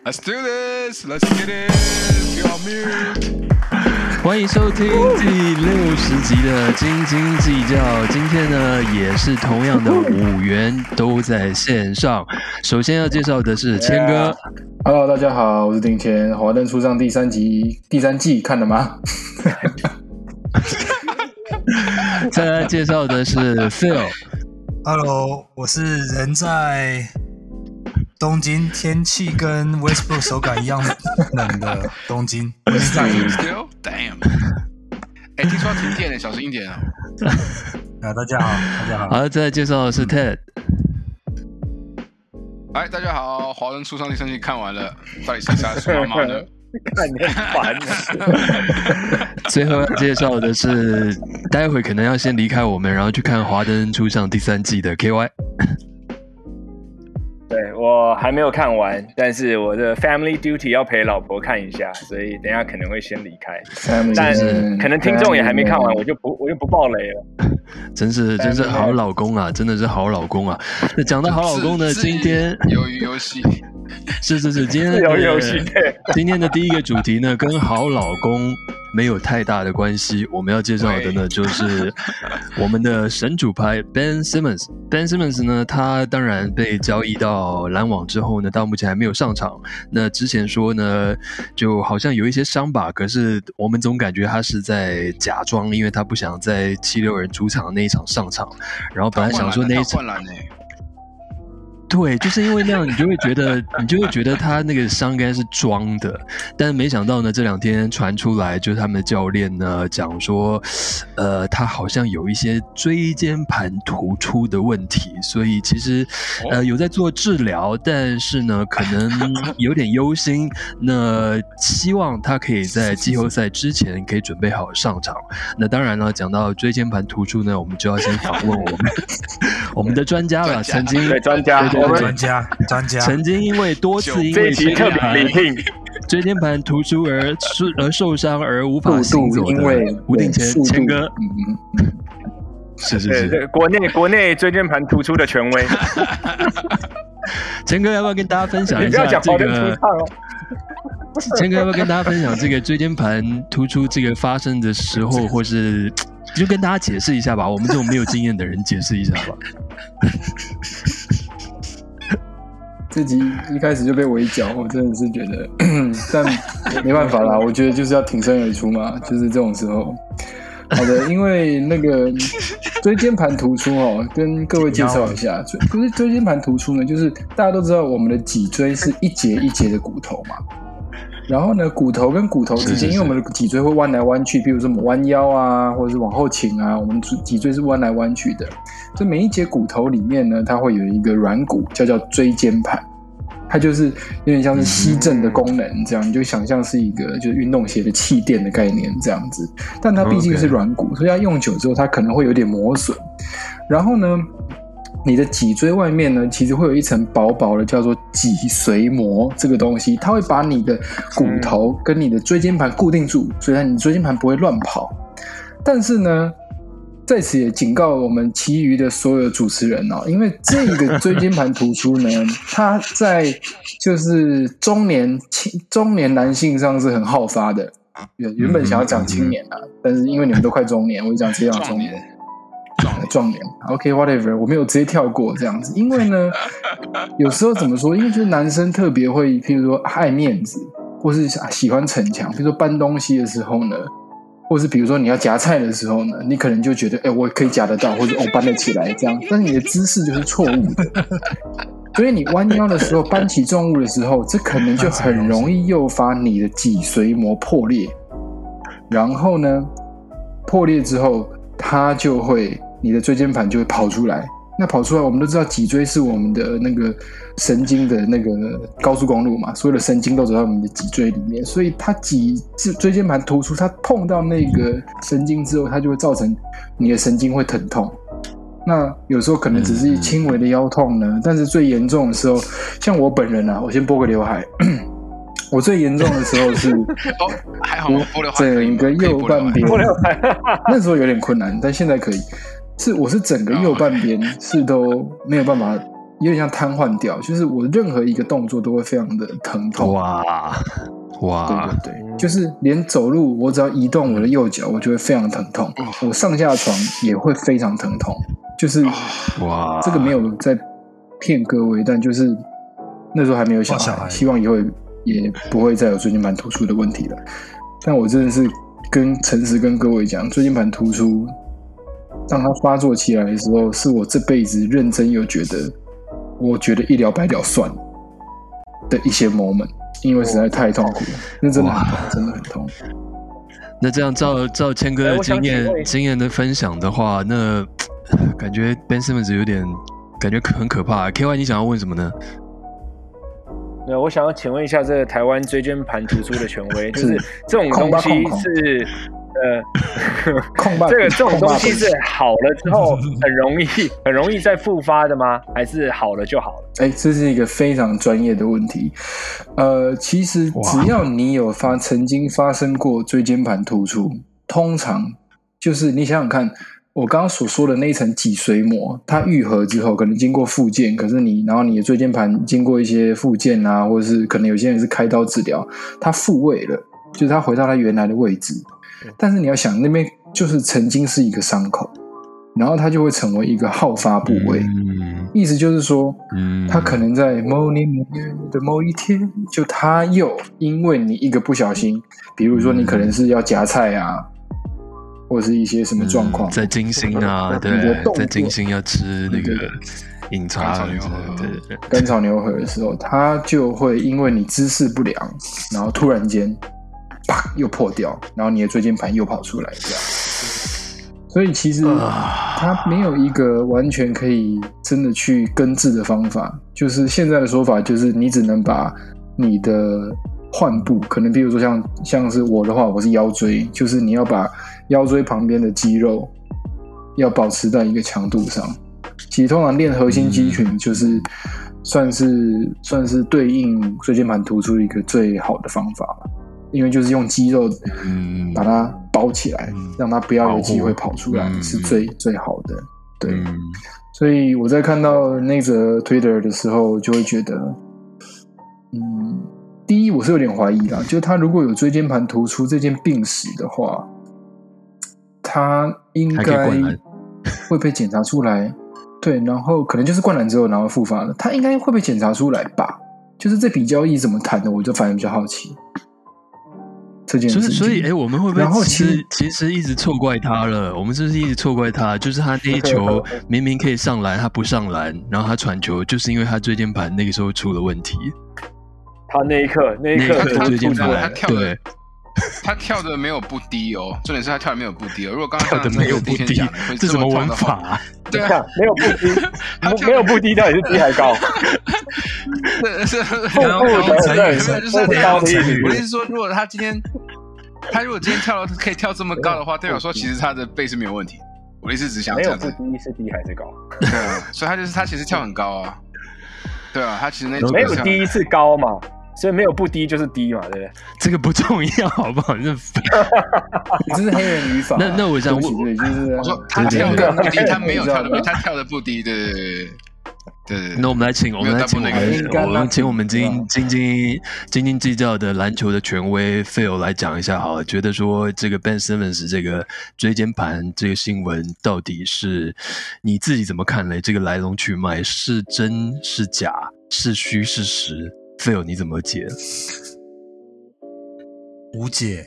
Let's do this. Let's get it. Be on mute. 欢迎收听第60集的斤斤计较。今天呢，也是同样的5元都在线上。首先要介绍的是谦哥。 Hello， 大家好，我是丁谦。华灯初上第三季看了吗？ 再来介绍的是 Phil。Hello， 我是人在东京，天气跟 Westbrook 手感一样冷的东京。 Still damn。听说要停电了，小心一点哦。 大家好。 好，再来介绍的是 Ted。 大家好，华灯初上第3季看完了，到底谁杀苏妈妈呢？ 看你很烦啊。 最后要介绍的是，待会可能要先离开我们，然后去看《华灯初上》第3季的 KY。 对，我还没有看完，但是我的 family duty 要陪老婆看一下，所以等一下可能会先离开。但可能听众也还没看完，我就不爆雷了。 真是好老公啊，真的是好老公啊。那讲到好老公呢，今天鱿鱼游戏是今天有游戏对。 今天的第一个主题呢，跟好老公没有太大的关系。我们要介绍的呢，就是我们的神主牌 Ben Simmons。Ben Simmons 呢，他当然被交易到篮网之后呢，到目前还没有上场。那之前说呢，就好像有一些伤吧，可是我们总感觉他是在假装，因为他不想在76人主场的那一场上场。然后本来想说那一场。对，就是因为那样，你就会觉得他那个伤应该是装的，但没想到呢，这2天传出来，就是他们的教练呢讲说，他好像有一些椎间盘突出的问题，所以其实有在做治疗，但是呢可能有点忧心，那希望他可以在季后赛之前可以准备好上场。那当然了，讲到椎间盘突出呢，我们就要先访问我们的专家了，曾经对专家。 专家曾经因为多次因为椎间盘突出而受伤而无法行走的吴定谦哥。是国内椎间盘突出的权威。 谦哥要不要跟大家分享一下这个？谦哥要不要跟大家分享这个椎间盘突出这个发生的时候，或是就跟大家解释一下吧？我们这种没有经验的人解释一下吧。 这集一开始就被围剿，我真的是觉得，但没办法啦，我觉得就是要挺身而出嘛，就是这种时候。好的，因为那个椎间盘突出跟各位介绍一下，不是椎间盘突出呢，就是大家都知道我们的脊椎是一节一节的骨头嘛。然后呢，骨头跟骨头之间，因为我们的脊椎会弯来弯去，比如说我们弯腰啊，或者是往后倾啊，我们脊椎是弯来弯去的。所以每一节骨头里面呢，它会有一个软骨，叫椎间盘，它就是有点像是吸震的功能，这样你就想象是一个就是运动鞋的气垫的概念这样子。但它毕竟是软骨，所以它用久之后，它可能会有点磨损。然后呢，你的脊椎外面呢，其实会有一层薄薄的叫做脊髓膜这个东西，它会把你的骨头跟你的椎间盘固定住，所以你椎间盘不会乱跑。但是呢，在此也警告我们其余的所有主持人因为这个椎间盘突出呢，它在就是中年男性上是很好发的。原本想要讲青年但是因为你们都快中年，我就讲直接讲中年。壮年 OK whatever， 我没有直接跳过这样子，因为呢有时候怎么说，因为就是男生特别会譬如说爱面子，或是喜欢逞强，比如说搬东西的时候呢，或是比如说你要夹菜的时候呢，你可能就觉得我可以夹得到，或者搬得起来这样，但是你的姿势就是错误的，所以你弯腰的时候搬起重物的时候，这可能就很容易诱发你的脊髓膜破裂，然后呢破裂之后它就会你的椎间盘就会跑出来。那跑出来，我们都知道脊椎是我们的那个神经的那个高速公路嘛，所有的神经都走到我们的脊椎里面，所以它椎间盘突出，它碰到那个神经之后，它就会造成你的神经会疼痛。那有时候可能只是轻微的腰痛呢，但是最严重的时候，像我本人我先拨个刘海。我最严重的时候是还好拨刘海， 整个右半边那时候有点困难，但现在可以。我是整个右半边是都没有办法有点像瘫痪掉，就是我任何一个动作都会非常的疼痛。 哇， 对，就是连走路，我只要移动我的右脚，我就会非常疼痛。我上下床也会非常疼痛。就是哇， 这个没有在骗各位，但就是那时候还没有小孩，希望以后也不会再有椎间盘突出的问题了。但我真的是诚实跟各位讲，椎间盘突出当它发作起来的时候，是我这辈子认真有我觉得一了百了算的一些 moment， 因为实在太痛苦了，那真的很痛，真的很痛。 那这样照谦哥的经验的分享的话，那感觉 Ben Simmons 有点感觉很可怕。KY， 你想要问什么呢？ 我想要请问一下，这个台湾椎间盘突出的权威，就是这种东西是这种东西是好了之后很容易再复发的吗？还是好了就好了？ 这是一个非常专业的问题。其实只要你有曾经发生过椎间盘突出，通常就是你想想看。我刚刚所说的那一层脊髓膜，它愈合之后，可能经过复健，可是然后你的椎间盘经过一些复健啊，或者是可能有些人是开刀治疗，它复位了，就是它回到它原来的位置。但是你要想，那边就是曾经是一个伤口，然后它就会成为一个好发部位。意思就是说，它可能在某年某月的某一天，就它又因为你一个不小心，比如说你可能是要夹菜啊。或者是一些什么状况， 在金星啊，对，在金星要吃那个饮茶，对， 甘草牛河的时候，它就会因为你姿势不良，然后突然间，啪又破掉，然后你的椎间盘又跑出来，这样。所以其实它没有一个完全可以真的去根治的方法，就是现在的说法就是你只能把你的患部，可能比如说像是我的话，我是腰椎，就是你要把腰椎旁边的肌肉要保持在一个强度上。其实通常练核心肌群就是算是对应椎间盘突出一个最好的方法吧，因为就是用肌肉把它包起来，让它不要有机会跑出来，是最好的。对，所以我在看到那则 Twitter 的时候，就会觉得，第一我是有点怀疑啦，就是他如果有椎间盘突出这件病史的话，他应该会被检查出来，对，然后可能就是灌篮之后然后复发了，他应该会被检查出来吧？就是这笔交易怎么谈的，我就反而比较好奇这件事情。 所以我们会不会其实一直错怪他了？我们是不是一直错怪他？就是他那一球明明可以上篮，他不上篮，然后他传球，就是因为他椎间盘那个时候出了问题。 他那一刻他椎间盘，对。 他跳的没有不低哦，重点是他跳的没有不低哦。如果刚刚跳的没有不低，这什么文法啊？ 对啊，没有不低，没有不低，到底是低还高？ 是高的意思。 我的意思是说，如果今天跳可以跳这么高的话，代表说其实他的背是没有问题。我的意思只想这样子。 没有不低是低还是高？ 对啊，所以他其实跳很高啊。对啊，他其实那没有低是高嘛。所以没有不低就是低嘛，对不对？ 这个不重要，好不好？ 你这是黑人语法。 那我想问， 就是我说他跳的不低，他没有跳的，他跳的不低，对。 那我们来请我们斤斤计较的篮球的权威 Phil 来讲一下好了，觉得说这个 Ben Simmons 这个椎间盘这个新闻到底是你自己怎么看嘞？这个来龙去脉是真是假，是虚是实？Phil 你怎么解？ 无解。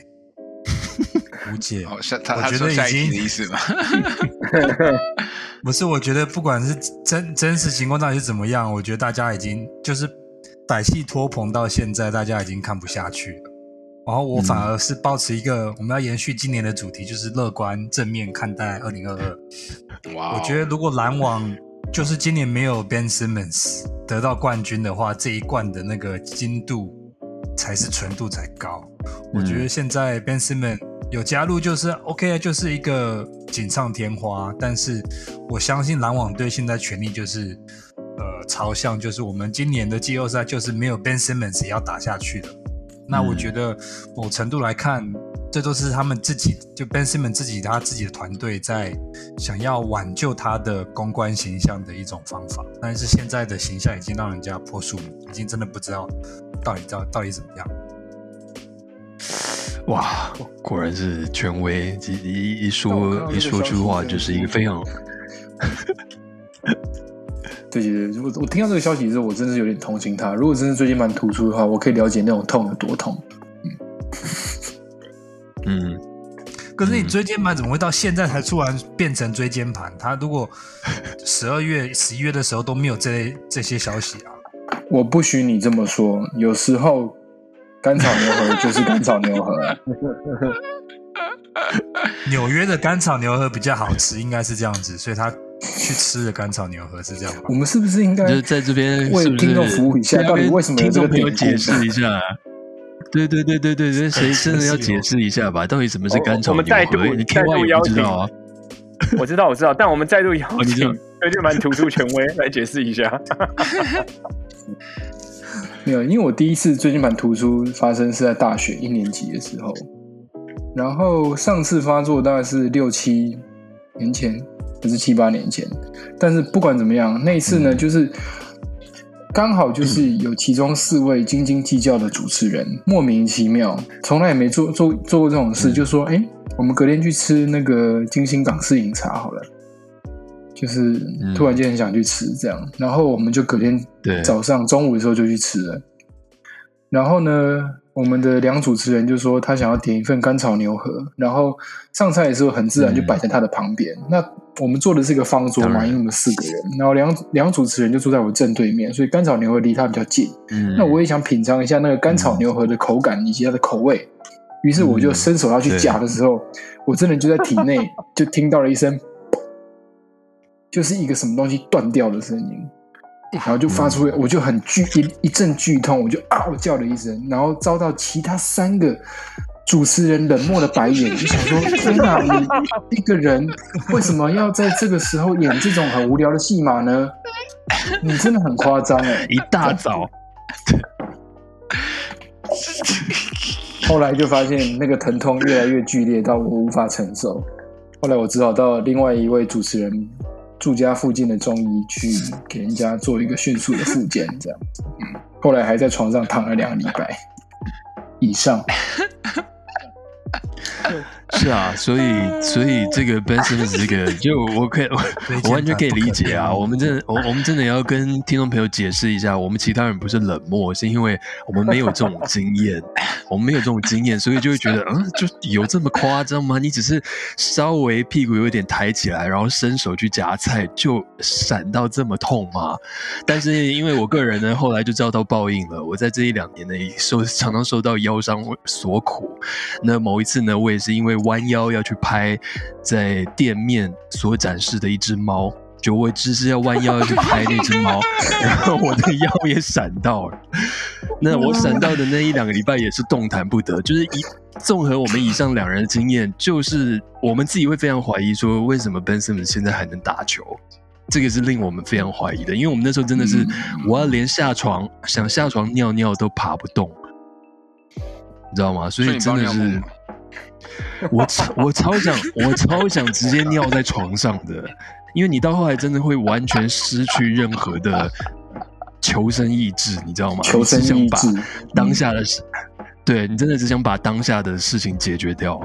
他说下一题的意思吗？ 不是，我觉得不管是真实情况到底是怎么样，我觉得大家已经就是歹戏拖棚到现在，大家已经看不下去了。然后我反而是抱持一个我们要延续今年的主题，就是乐观正面看待2022。 哇！ 我觉得如果篮网就是今年没有 Ben Simmons 得到冠军的话，这一冠的那个精度才是纯度才高。我觉得现在 Ben Simmons 有加入就是 OK， 就是一个锦上添花，但是我相信篮网队现在全力就是朝向就是我们今年的季后赛就是没有 Ben Simmons 也要打下去了。那我觉得某程度来看， 这都是他们自己，就 Ben Simmons 他自己的团队在想要挽救他的公关形象的一种方法。但是现在的形象已经让人家破树迷，已经真的不知道到底怎么样。 哇，果然是权威，一说出话就是一个非常。 对，我听到这个消息之后，我真是有点同情他。如果真是椎间盘突出的话，我可以了解那种痛有多痛。 可是你椎间盘怎么会到现在才突然变成椎间盘？他如果12月、11月的时候都没有这些消息啊？ 我不许你这么说。有时候甘草牛河就是甘草牛河。 纽约的甘草牛河比较好吃，应该是这样子，所以他去吃的甘草牛河是这样吧？ 我们是不是应该就是在这边为听众服务一下？到底为什么有这个典故？ 解释一下。对，谁真的要解释一下吧？到底什么是甘草牛河？你 KY 也不知道啊？ 我知道，但我们再度邀请椎间盘突出权威来解释一下。 没有，因为我第一次椎间盘突出发生是在大学1年级的时候，然后上次发作大概是6、7年前，还是7、8年前。但是不管怎么样，那一次呢，就是刚好就是有其中4位斤斤计较的主持人，莫名其妙，从来也没做过这种事，就说我们隔天去吃那个金星港式饮茶好了，就是突然间很想去吃这样，然后我们就隔天早上中午的时候就去吃了。然后呢，我们的梁主持人就说他想要点一份甘草牛河，然后上菜的时候很自然就摆在他的旁边。那我们坐的是一个方桌嘛，因为我们4个人，然后梁主持人就坐在我正对面，所以甘草牛河离他比较近。那我也想品尝一下那个甘草牛河的口感以及它的口味，于是我就伸手要去夹的时候，我真的就在体内就听到了一声，就是一个什么东西断掉的声音。然后就发出，我就很一阵剧痛，我就嗷叫了一声，然后遭到其他3个主持人冷漠的白眼，就想说：天哪，你一个人为什么要在这个时候演这种很无聊的戏码呢？你真的很夸张一大早。 后来就发现那个疼痛越来越剧烈到我无法承受，后来我只好到另外一位主持人住家附近的中医去给人家做一个迅速的复健，这样。后来还在床上躺了2个礼拜以上。 是啊，所以这个 Ben Simmons 这个，就我完全可以理解啊。我们真的要跟听众朋友解释一下，我们其他人不是冷漠，是因为我们没有这种经验，所以就会觉得，就有这么夸张吗？你只是稍微屁股有点抬起来，然后伸手去夹菜，就闪到这么痛吗？但是因为我个人呢，后来就遭到报应了。我在这1、2年内常常受到腰伤所苦。那某一次呢，我也是因为弯腰要去拍在店面所展示的一只猫，就我只是要弯腰要去拍那只猫，然后我的腰也闪到了。那我闪到的那1、2个礼拜也是动弹不得，就是综合我们以上2人的经验，就是我们自己会非常怀疑说，为什么 Ben Simmons 现在还能打球？这个是令我们非常怀疑的，因为我们那时候真的是，我要连想下床尿尿都爬不动，你知道吗？所以真的是。我超想直接尿在床上的，因为你到后来真的会完全失去任何的求生意志，你知道吗？ 求生意志， 当下的事，对，你真的只想把当下的事情解决掉。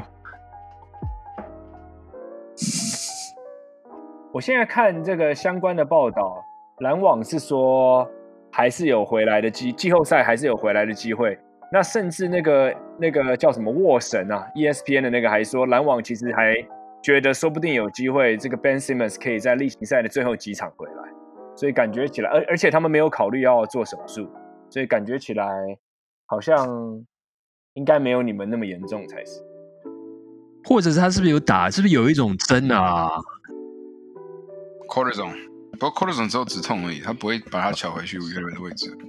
我现在看这个相关的报道，篮网是说还是有回来的季后赛还是有回来的机会。那甚至那个叫什么沃神啊 ，ESPN 的那个还说，篮网其实还觉得说不定有机会，这个 Ben Simmons 可以在例行赛的最后几场回来，所以感觉起来，而且他们没有考虑要做手术，所以感觉起来好像应该没有你们那么严重才是。 或者是他是不是有打？是不是有一种针啊 ？Cortisone， 不过 Cortisone 只有止痛而已，他不会把它敲回去原来的位置。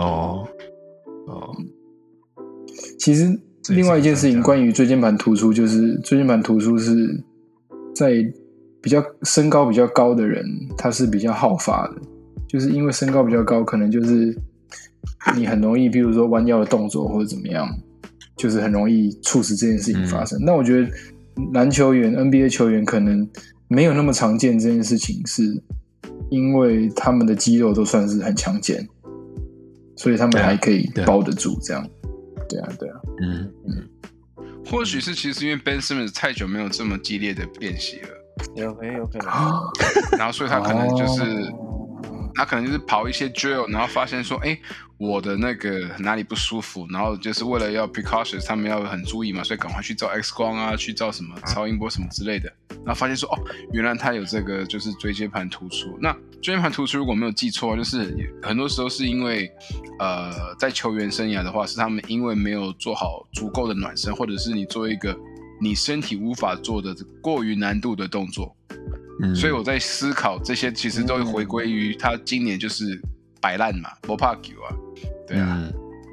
其实另外一件事情，关于椎间盘突出，就是椎间盘突出是在身高比较高的人，他是比较好发的，就是因为身高比较高，可能就是你很容易，比如说弯腰的动作或者怎么样， 就是很容易促使这件事情发生。那我觉得篮球员 NBA 球员可能没有那么常见这件事情，是因为他们的肌肉都算是很强健，所以他们还可以包得住这样。对啊， 或许是其实因为 Ben Simmons 太久没有这么激烈的练习了， 有可能， 然后所以他可能就是跑一些 drill， 然后发现说，我的那个哪里不舒服，然后就是为了要 precautions， 他们要很注意嘛，所以赶快去照 X 光啊，去照什么超音波什么之类的，然后发现说，原来他有这个就是椎间盘突出。那椎间盘突出如果没有记错，就是很多时候是因为在球员生涯的话，是他们因为没有做好足够的暖身，或者是你做一个你身体无法做的过于难度的动作。所以我在思考这些其实都会回归于他今年就是摆烂嘛，不怕球啊，对啊，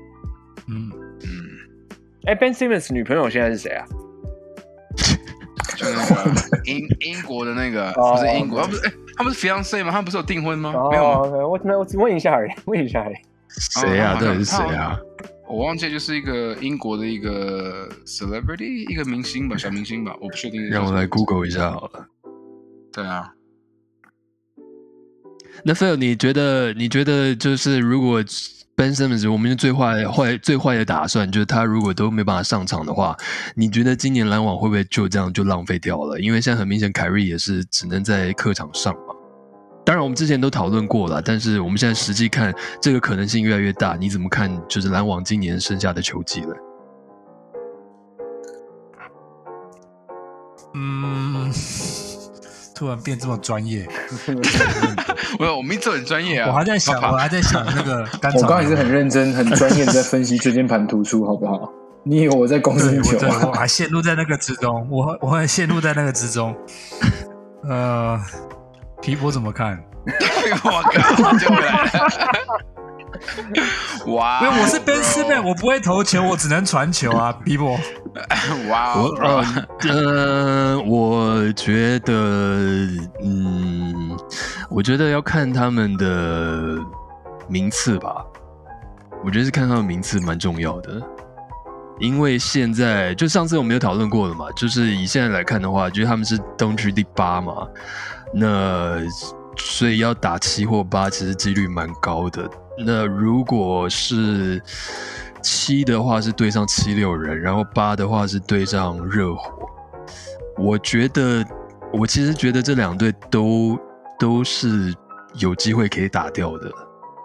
Ben Simmons 女朋友现在是谁啊？ 就那个英国的那个，不是英国，他不是 fiancé 吗？他不是有订婚吗？没有吗？ 我问一下而已。 谁啊？到底是谁啊？ 我忘记，就是一个英国的一个 celebrity， 一个明星吧，小明星吧，我不确定。 让我来 Google 一下好了。 对啊， 那 Phil， 你觉得就是如果 Ben Simmons 我们最坏的打算就是他如果都没办法上场的话，你觉得今年篮网会不会就这样就浪费掉了？因为现在很明显凯瑞也是只能在客场上嘛。当然我们之前都讨论过了，但是我们现在实际看这个可能性越来越大，你怎么看就是篮网今年剩下的球季了？ 突然变这么专业， 我们一直很专业啊。 我还在想那个单场。 我刚刚也是很认真、很专业的在分析椎间盘突出，好不好？你以为我在公司球啊？ 我还陷入在那个之中，我还陷入在那个之中。皮博怎么看？ 我靠，就回来了。哇！ 因为我是 Ben Simmons， 我不会投球，我只能传球啊，皮博。 哇！ 我觉得，我觉得要看他们的名次吧。我觉得是看他们名次蛮重要的，因为现在就上次我们有讨论过了嘛，就是以现在来看的话，就是他们是东区第8嘛，那所以要打7或8，其实几率蛮高的。那如果是7的话是对上76人，然后8的话是对上热火。我其实觉得这两队都是有机会可以打掉的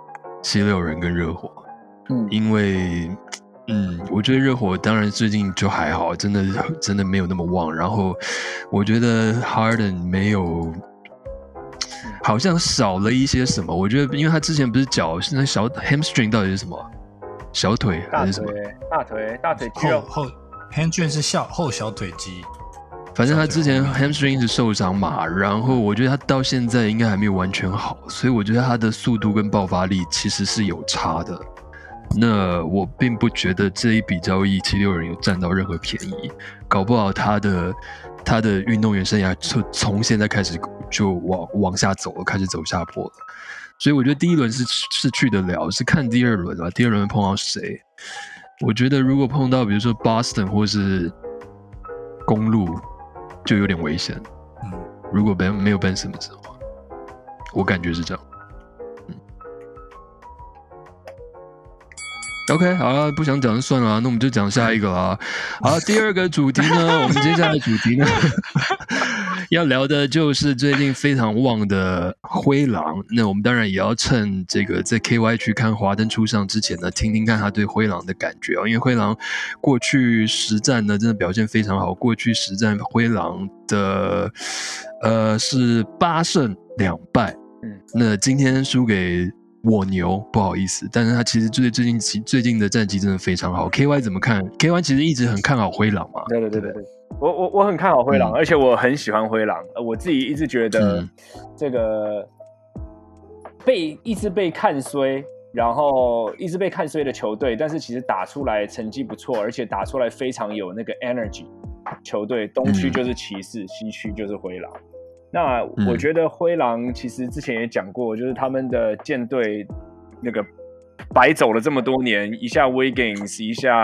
，76人跟热火。因为我觉得热火当然最近就还好，真的没有那么旺。然后我觉得 Harden 没有。好像少了一些什么，我觉得，因为他之前不是脚是那小 hamstring 到底是什么？小腿还是什么？ 大腿肌肉后 hamstring 是后小腿肌。 反正他之前 hamstring 一直受伤嘛，然后我觉得他到现在应该还没有完全好，所以我觉得他的速度跟爆发力其实是有差的。那我并不觉得这一笔交易76人有占到任何便宜，搞不好他的运动员生涯从现在开始就往下走了，开始走下坡了。所以我觉得第一轮是去得了，是看第二轮吧。第二轮碰到谁？我觉得如果碰到比如说 Boston 或是公路，就有点危险。如果没有 Ben Simmons 的话，我感觉是这样。OK， 好了，不想讲就算了，那我们就讲下一个啦。好，第二个主题呢，我们接下来的主题呢，要聊的就是最近非常旺的灰狼。那我们当然也要趁这个在 KY 去看华灯初上之前呢，听听看他对灰狼的感觉哦。因为灰狼过去10战呢，真的表现非常好。过去10战灰狼的是8胜2败。那今天输给我牛，不好意思，但是他其实最近的战绩真的非常好。KY 怎么看 ？KY 其实一直很看好灰狼嘛。 对，我很看好灰狼，而且我很喜欢灰狼。我自己一直觉得这个一直被看衰，然后一直被看衰的球队，但是其实打出来成绩不错，而且打出来非常有那个 energy 球队。东区就是骑士，西区就是灰狼。那我觉得灰狼其实之前也讲过，就是他们的舰队那个白走了这么多年，一下 Wiggins， 一下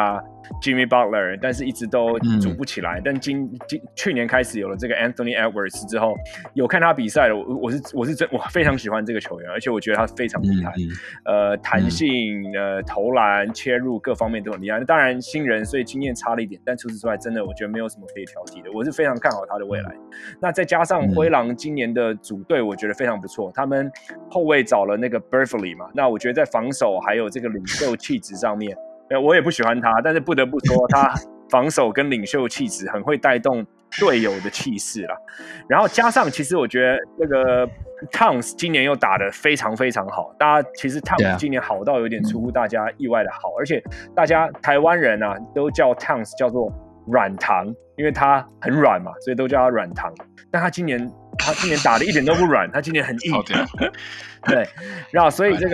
Jimmy Butler， 但是一直都组不起来。但去年开始有了这个 Anthony Edwards 之后，有看他比赛了，我非常喜欢这个球员，而且我觉得他非常厉害，弹性、投篮、切入各方面都很厉害。当然新人，所以经验差了一点，但除此之外，真的我觉得没有什么可以挑剔的。我是非常看好他的未来。那再加上灰狼今年的组队，我觉得非常不错。他们后卫找了那个 Beverly 嘛，那我觉得在防守还有这个领袖气质上面，我也不喜欢他，但是不得不说他防守跟领袖气质很会带动队友的气势啦。然后加上其实我觉得那个 Towns 今年又打得非常非常好，大家其实 Towns 今年好到有点出乎大家意外的好，而且大家台湾人啊都叫 Towns 叫做软糖，因为他很软嘛，所以都叫他软糖。但他今年打的一点都不软，他今年很硬。对，然后所以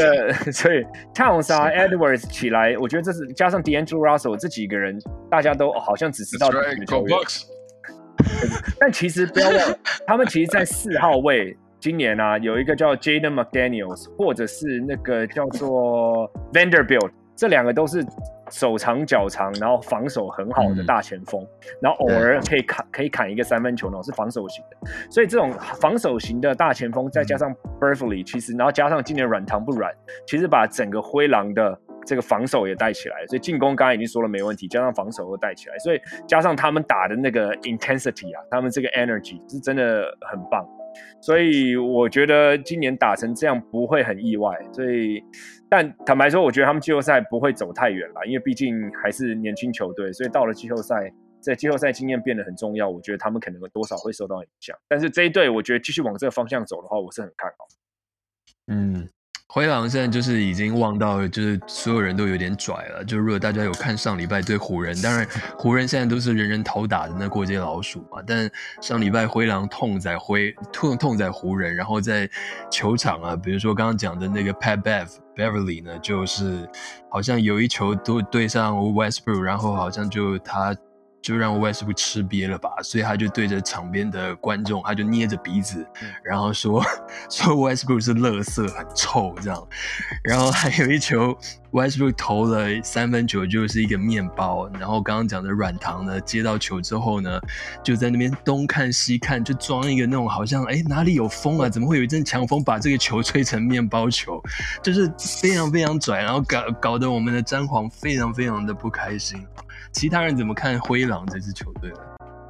Towns 啊 Edwards 起来，我觉得这是加上 D'Angelo Russell 这几个人，大家都好像只知道这几个球员。但其实不要忘了，他们其实在4号位。今年啊，有一个叫 Jaden McDaniels， 或者是那个叫做 Vanderbilt， 这两个都是手长脚长，然后防守很好的大前锋，然后偶尔可以砍一个3分球，然后是防守型的。所以这种防守型的大前锋，再加上 Beverly， 其实然后加上今年软糖不软，其实把整个灰狼的这个防守也带起来，所以进攻刚才已经说了没问题，加上防守又带起来，所以加上他们打的那个 intensity 啊，他们这个 energy 是真的很棒。所以我觉得今年打成这样不会很意外，但坦白说，我觉得他们季后赛不会走太远啦，因为毕竟还是年轻球队，所以到了季后赛，在季后赛经验变得很重要，我觉得他们可能多少会受到影响。但是这一队，我觉得继续往这个方向走的话，我是很看好。 灰狼现在就是已经旺到，就是所有人都有点拽了。就如果大家有看上礼拜对湖人，当然湖人现在都是人人头打的那过街老鼠嘛。但上礼拜灰狼痛宰湖人，然后在球场啊，比如说刚刚讲的那个 Pat Beverly 呢，就是好像有一球对上 Westbrook， 然后好像就让 Westbrook 吃瘪了吧，所以他就对着场边的观众，他就捏着鼻子，然后说 Westbrook 是垃圾，很臭这样。然后还有一球 Westbrook 投了3分球，就是一个面包。然后刚刚讲的软糖呢，接到球之后呢，就在那边东看西看，就装一个那种好像哪里有风啊，怎么会有一阵强风把这个球吹成面包球，就是非常非常拽，然后搞得我们的詹皇非常非常的不开心。其他人怎么看灰狼这支球队呢？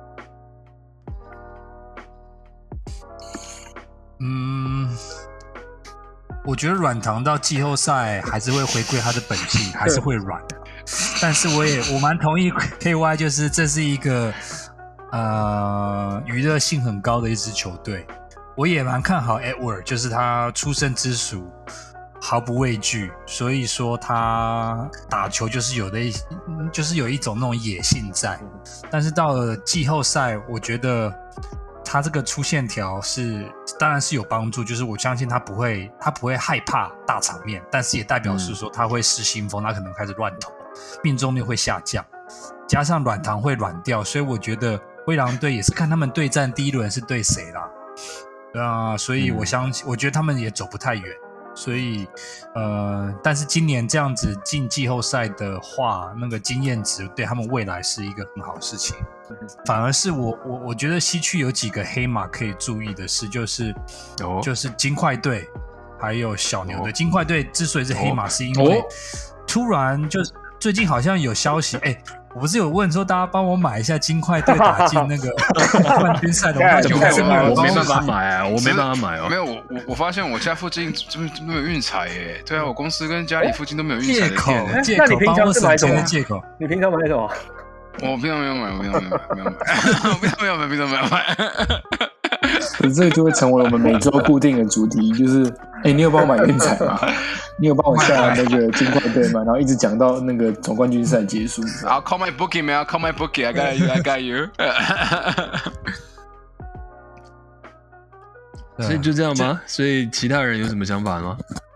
我觉得软糖到季后赛还是会回归他的本性，还是会软。但是我蛮同意 KY， 就是这是一个娱乐性很高的一支球队。我也蛮看好 Edward， 就是他出身之属，毫不畏惧，所以说他打球就是有一种那种野性在。但是到了季后赛，我觉得他这个出线条当然是有帮助，就是我相信他不会害怕大场面，但是也代表是说他会失心疯，他可能开始乱投，命中率会下降，加上软糖会软掉，所以我觉得灰狼队也是看他们对战第一轮是对谁啦，所以我觉得他们也走不太远。所以但是今年这样子进季后赛的话，那个经验值对他们未来是一个很好的事情。反而是我觉得西区有几个黑马可以注意的是，就是金块队还有小牛队。金块队之所以是黑马，是因为突然就是最近好像有消息，我不是有问说大家帮我买一下金块队打进那个冠军赛的， 我没办法买啊，我没办法买哦。 没有，我发现我家附近怎么没有运彩耶？对啊，我公司跟家里附近都没有运彩的店。 借口帮我省钱的借口。 你平常买什么？ 我平常没有买，我平常没有买。 这个就会成为我们每周固定的主题，就是你有帮我买运彩吗？你有帮我下那个金块队吗？然后一直讲到那个总冠军赛结束。 I'll call my bookie, man. I'll call my bookie. I got you. 所以就这样吗？所以其他人有什么想法吗？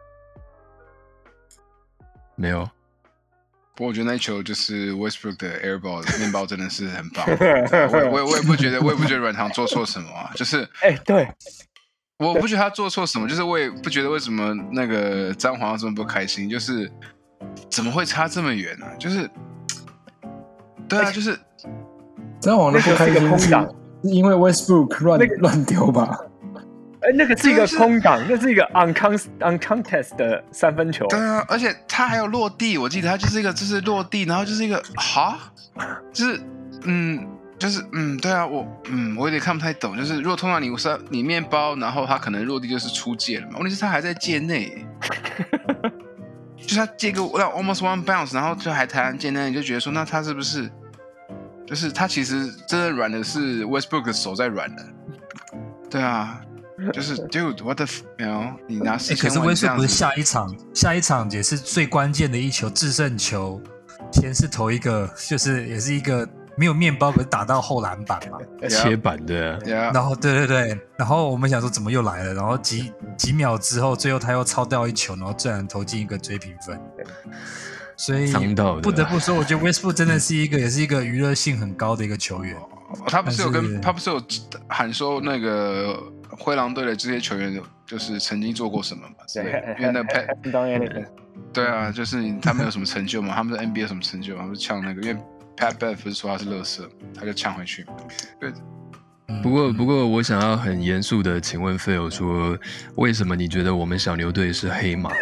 没有。 不过我觉得那一球就是 Westbrook 的 airball 面包真的是很棒。我也不觉得软糖做错什么啊，就是对。 我不觉得他做错什么，就是我也不觉得为什么那个詹皇要这么不开心，就是怎么会差这么远呢？就是对啊，就是詹皇的不开心那个是一个空档是因为 Westbrook 乱丢吧？ 那个是一个空档，那是一个 uncontest 的3分球。 对啊，而且他还有落地，我记得他就是一个就是落地，然后就是一个就是对啊，我有点看不太懂，就是如果通常你面包，然后他可能落地就是出界了嘛，问题是他还在界内，就是他接个 almost one bounce， 然后就还台湾界内，你就觉得说那他是不是就是他其实真的软的是 Westbrook 的手在软的，对啊。就是 dude what the f 你拿4000万可是这样子， 不是下一场也是最关键的一球制胜球，先是投一个，就是也是一个没有面包，可是打到后篮板嘛， 切板的， 然后对，然后我们想说怎么又来了，然后几秒之后，最后他又抄掉一球，然后自然投进一个追平分，所以不得不说，我觉得 Westbrook 真的是也是一个娱乐性很高的一个球员。 他不是有喊说那个灰狼队的这些球员就是曾经做过什么嘛？对，因为那 Pat 对啊，就是他们有什么成就嘛？他们是 NBA 有什么成就？他们呛那个，因为 Pat Bev 不是说他是垃圾，他就呛回去。对。 不过，我想要很严肃的请问 Phil 说，为什么你觉得我们小牛队是黑马？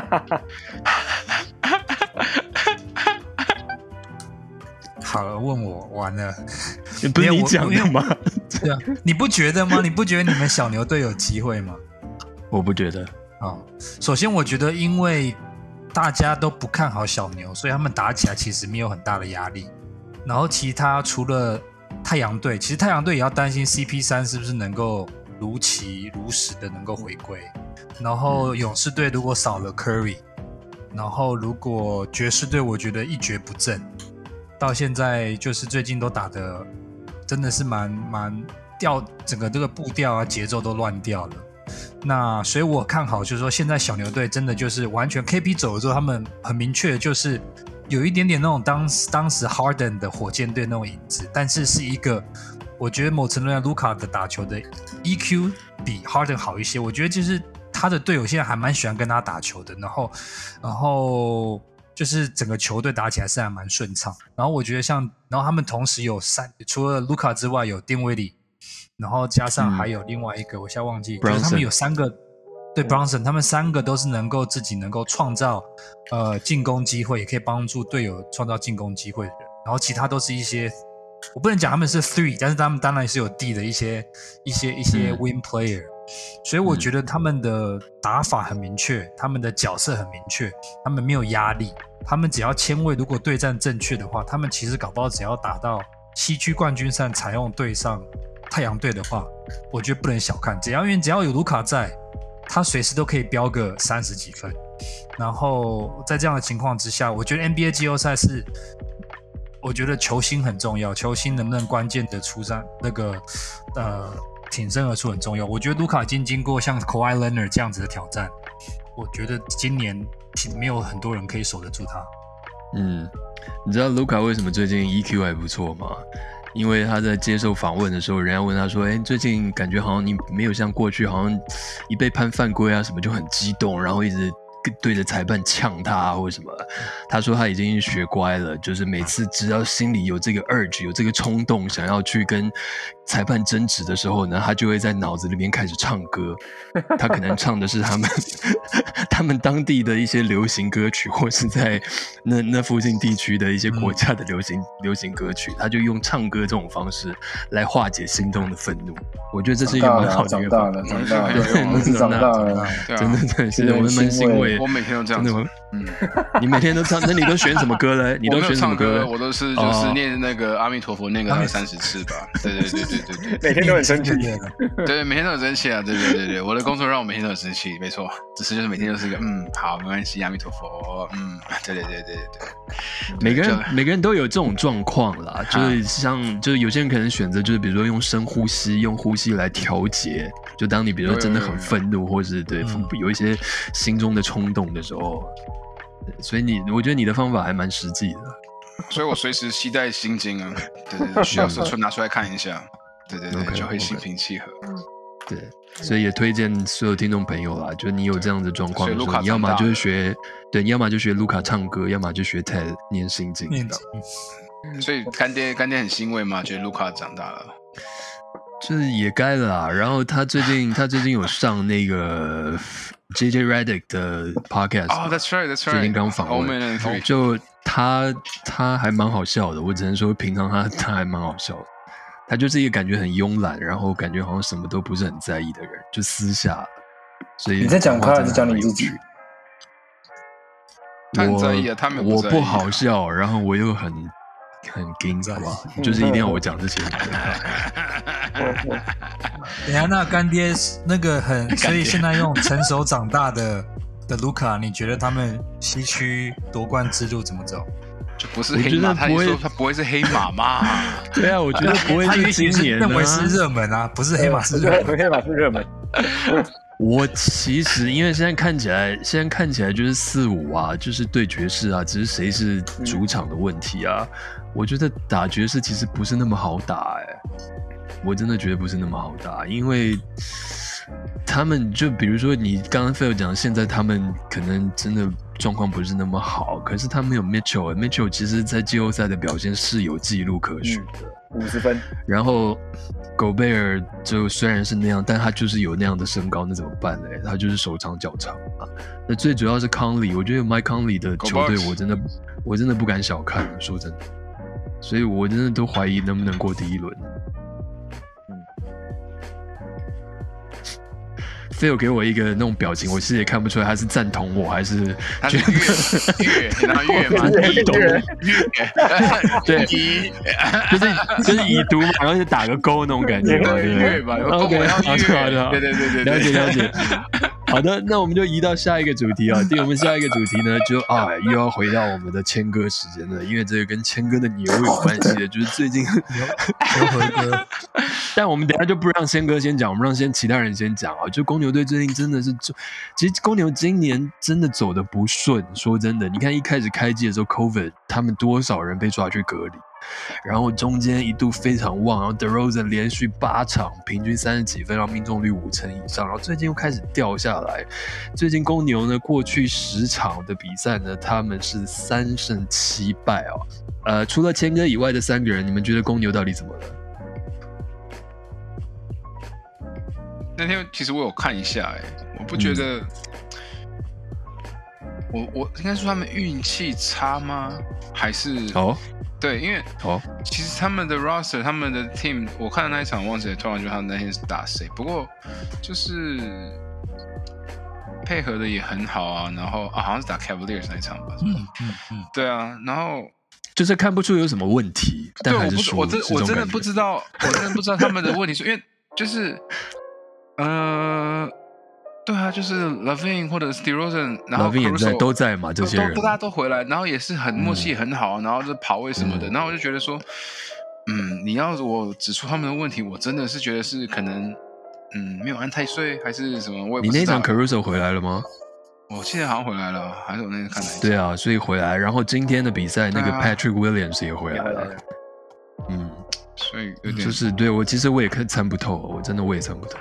好了，问我完了， 不是你讲的吗？ 对啊，你不觉得吗？你不觉得你们小牛队有机会吗？ 我不觉得。 首先我觉得因为大家都不看好小牛，所以他们打起来其实没有很大的压力。然后其他除了太阳队，其实太阳队也要担心 CP3 是不是能够如期如实的能够回归。然后勇士队如果少了 Curry， 然后如果爵士队我觉得一蹶不振。到现在就是最近都打的真的是蛮掉，整个这个步调啊节奏都乱掉了。那所以我看好就是说现在小牛队真的就是完全 KP 走了之后，他们很明确的就是有一点点那种当时 Harden 的火箭队那种影子，但是是一个我觉得某程度上卢卡的打球的 EQ 比 Harden 好一些，我觉得就是他的队友现在还蛮喜欢跟他打球的，然后就是整个球队打起来是还蛮顺畅，然后我觉得然后他们同时有除了卢卡之外有丁威里，然后加上还有另外一个我现在忘记，就是他们有3个，对 Brunson， 他们3个都是自己能够创造进攻机会，也可以帮助队友创造进攻机会的人，然后其他都是一些我不能讲他们是 3， 但是他们当然是有 D 的一些 win player。所以我觉得他们的打法很明确，他们的角色很明确，他们没有压力，他们只要签位如果对战正确的话，他们其实搞不好只要打到西区冠军赛采用对上太阳队的话，我觉得不能小看，只要有卢卡在，他随时都可以飙个30几分。然后在这样的情况之下，我觉得 NBA 季后赛是我觉得球星很重要，球星能不能关键的出战那个挺身而出很重要。我觉得卢卡已经经过像 Kawhi Leonard 这样子的挑战，我觉得今年没有很多人可以守得住他。 你知道卢卡为什么最近 EQ 还不错吗？因为他在接受访问的时候，人家问他说：“最近感觉好像你没有像过去，好像一被判犯规啊什么就很激动，然后一直对着裁判呛他或者什么。”他说他已经学乖了，就是每次只要心里有这个 urge， 有这个冲动想要去跟裁判争执的时候呢，他就会在脑子里面开始唱歌。他可能唱的是他们当地的一些流行歌曲，或是在那附近地区的一些国家的流行歌曲，他就用唱歌这种方式来化解心中的愤怒。我觉得这是一个蛮好的一个方法。 长大了， 真的是我蛮欣慰。 我每天都这样子。 你每天都唱，那你都选什么歌嘞？你都选什么歌？ 我都是就是念那个阿弥陀佛，念个30次吧。对， 每天都很生气。 对，每天都很生气啊！对，我的工作让我每天都很生气，没错。只是就是每天都是一个好，没关系，阿弥陀佛。对。 每个人都有这种状况啦，就是有些人可能选择就是比如说用深呼吸，用呼吸来调节。就当你比如说真的很愤怒，或是对有一些心中的冲动的时候。所以我觉得你的方法还蛮实际的， 所以我随时携带心经啊，对，需要时候拿出来看一下，对， okay, 就会心平气和。 对，所以也推荐所有听众朋友啦，就是你有这样的状况的时候，你要么就是学，对，你要么就学卢卡唱歌，要么就学 TED 念心经。 所以干爹很欣慰嘛，觉得卢卡长大了。 就是也该了啦。然后他最近有上那个 JJ Redick 的 podcast。 哦、that's right。 最近刚访问，就他还蛮好笑的。我只能说，平常他还蛮好笑的。他就是一个感觉很慵懒，然后感觉好像什么都不是很在意的人，就私下。所以你在讲他还是讲你自己？ 他很在意啊，他没有不在意啊。 我不好笑，然后我又很硬，好吧？就是一定要我讲这些。 等一下，那干爹那个所以现在用成熟长大的卢卡，你觉得他们西区夺冠之路怎么走？ 就不是黑马，他说他不会是黑马嘛？ 对啊，我觉得不会是今年认为是热门啊，不是黑马是热门， 黑马是热门。 我其实因为现在看起来就是4-5啊，就是对爵士啊，只是谁是主场的问题啊。我觉得打爵士其实不是那么好打我真的觉得不是那么好打，因为他们就比如说你刚刚 Phil 讲，现在他们可能真的状况不是那么好，可是他们有 Mitchell 其实在季后赛的表现是有记录可循的 ，50分。 然后狗贝尔就虽然是那样，但他就是有那样的身高，那怎么办呢？他就是手长脚长啊。那最主要是康利，我觉得 Mike Conley 的球队我真的不敢小看，说真的，所以我真的都怀疑能不能过第一轮。Phil 给我一个那种表情，我其实也看不出来他是赞同我还是他是越然后越嘛， 已读越对，就是已读嘛，然后就打个勾那种感觉嘛，对不对？ 越吧， 好的， 对， 了解。好的，那我们就移到下一个主题啊。我们下一个主题呢，就又要回到我们的谦哥时间了，因为这个跟谦哥的牛有关系的，就是最近牛回哥。 但我们等一下就不让谦哥先讲，我们让其他人先讲啊。就公牛队最近真的是，其实公牛今年真的走得不顺。说真的，你看一开始开季的时候 ，COVID 他们多少人被抓去隔离。然后中间一度非常旺，然后 DeRozan 连续8场平均30几分，然后命中率50%以上，然后最近又开始掉下来。最近公牛呢，过去10场的比赛呢，他们是3胜7败除了谦哥以外的3个人，你们觉得公牛到底怎么了？ 那天其实我有看一下我不觉得，我应该说他们运气差吗？还是对，因为其实他们的 roster， 他们的 team， 我看的那一场忘记了，突然就他们那天是打谁，不过就是配合的也很好啊，然后好像是打 Cavaliers 那一场吧，对啊，然后就是看不出有什么问题，但还是输， 我真的不知道他们的问题，因为就是对啊，就是 LaVine 或者是 DeRozan， 然后 Caruso 都在嘛，这些人大家都回来，然后也是很默契很好，然后就跑位什么的，然后我就觉得说，你要我指出他们的问题，我真的是觉得是可能，没有安太岁还是什么，我也不知道。 你那场 Caruso 回来了吗？ 我记得好像回来了，还是我那天看的。 对啊，所以回来，然后今天的比赛那个 Patrick Williams 也回来了， 所以有点就是对我其实我也参不透，我也参不透。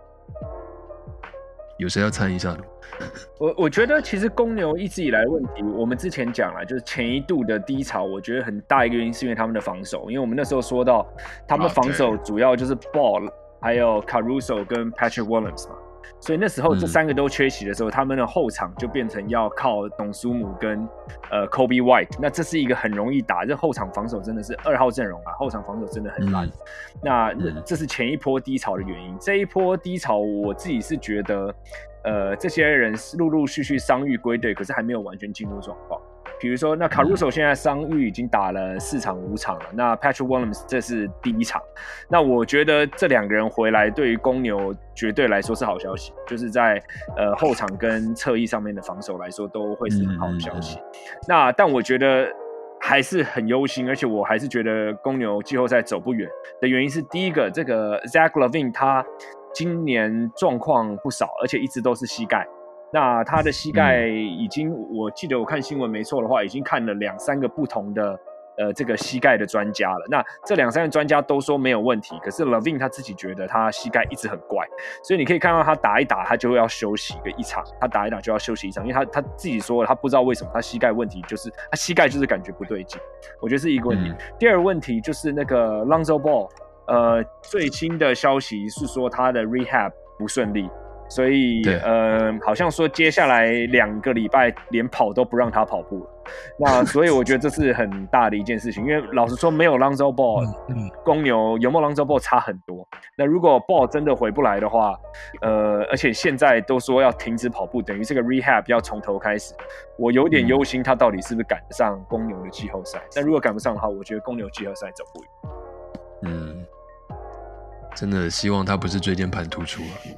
有谁要参一下的？ 我觉得其实公牛一直以来的问题，我们之前讲了，就是前一度的低潮，我觉得很大一个原因是因为他们的防守，因为我们那时候说到他们防守主要就是 Ball， 还有 Caruso 跟 Patrick Williams 嘛，所以那时候这3个都缺席的时候，他们的后场就变成要靠董苏姆跟Kobe White， 那这是一个很容易打，这后场防守真的是2号阵容啊，后场防守真的很烂。那这是前一波低潮的原因，这一波低潮我自己是觉得，这些人陆陆续续伤愈归队，可是还没有完全进入状况。比如说，那 Caruso 现在伤愈已经打了4场5场了，那 Patrick Williams 这是第1场。那我觉得这2个人回来对于公牛绝对来说是好消息，就是在后场跟侧翼上面的防守来说都会是很好的消息。那但我觉得还是很忧心，而且我还是觉得公牛季后赛走不远的原因是，第一个，这个 Zach LaVine 他今年状况不少，而且一直都是膝盖。那他的膝盖已经，我记得我看新闻没错的话，已经看了2-3个不同的这个膝盖的专家了。那这2-3个专家都说没有问题，可是 LaVine 他自己觉得他膝盖一直很怪，所以你可以看到他打一打他就要休息一场，他打一打就要休息一场，因为他自己说了他不知道为什么他膝盖问题，就是他膝盖就是感觉不对劲，我觉得是一个问题。第二个问题就是那个 Lonzo Ball， 最新的消息是说他的 rehab 不顺利。所以好像说接下来2个礼拜连跑都不让他跑步了。那所以我觉得这是很大的一件事情，因为老实说没有 Lonzo Ball， 公牛有没有 Lonzo Ball 差很多。那如果 Ball 真的回不来的话，而且现在都说要停止跑步，等于这个 rehab 要从头开始，我有点忧心他到底是不是赶得上公牛的季后赛。但如果赶不上的话，我觉得公牛季后赛走不远。 真的希望他不是椎间盘突出了。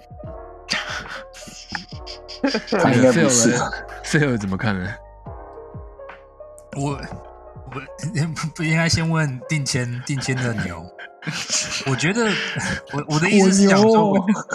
他应该不是。 Phil 怎么看呢？ 我不应该先问定签的牛。我觉得我的意思是讲说，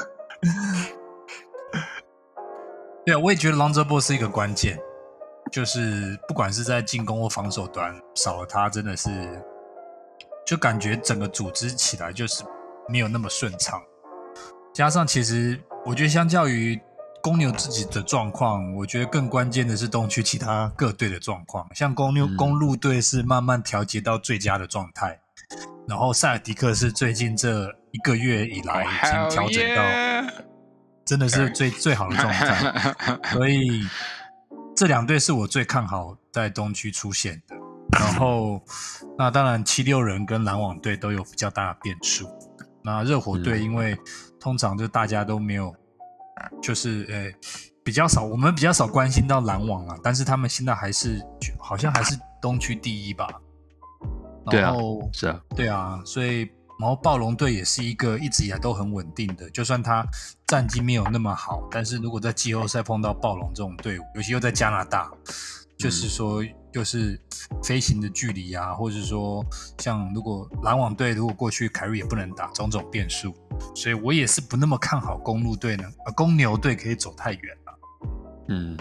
对啊，我也觉得 Lonzo Ball 是一个关键，就是不管是在进攻或防守端，少了他真的是，就感觉整个组织起来就是没有那么顺畅。加上其实我觉得相较于公牛自己的状况，我觉得更关键的是东区其他各队的状况。像公路队是慢慢调节到最佳的状态，然后塞尔迪克是最近这1个月以来已经调整到真的是最好的状态，所以这2队是我最看好在东区出现的。然后那当然76人跟篮网队都有比较大的变数。那热火队因为通常就大家都没有，就是比较少，我们比较少关心到篮网啦，但是他们现在好像还是东区第1吧。然后对啊，是啊， 对啊，所以然后暴龙队也是一个一直以来都很稳定的，就算他战绩没有那么好，但是如果在季后赛碰到暴龙这种队伍，尤其又在加拿大，就是说就是飞行的距离啊，或者是说像如果篮网队如果过去凯瑞也不能打，种种变数，所以我也是不那么看好公牛队可以走太远了。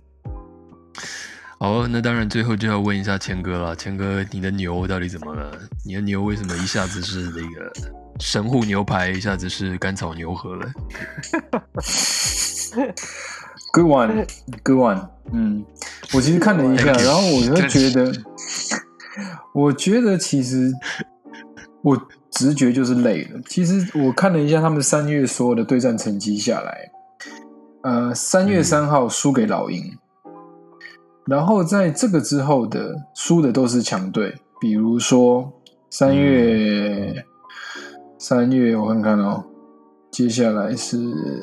好，那当然最后就要问一下谦哥了，谦哥你的牛到底怎么了？你的牛为什么一下子是那个神户牛排，一下子是甘草牛河了 ？Good one。我其实看了一下，然后我就觉得，我觉得其实我直觉就是累了。其实我看了一下他们3月所有的对战成绩下来，3月3号输给老鹰，然后在这个之后的输的都是强队，比如说3月我看看哦。接下来是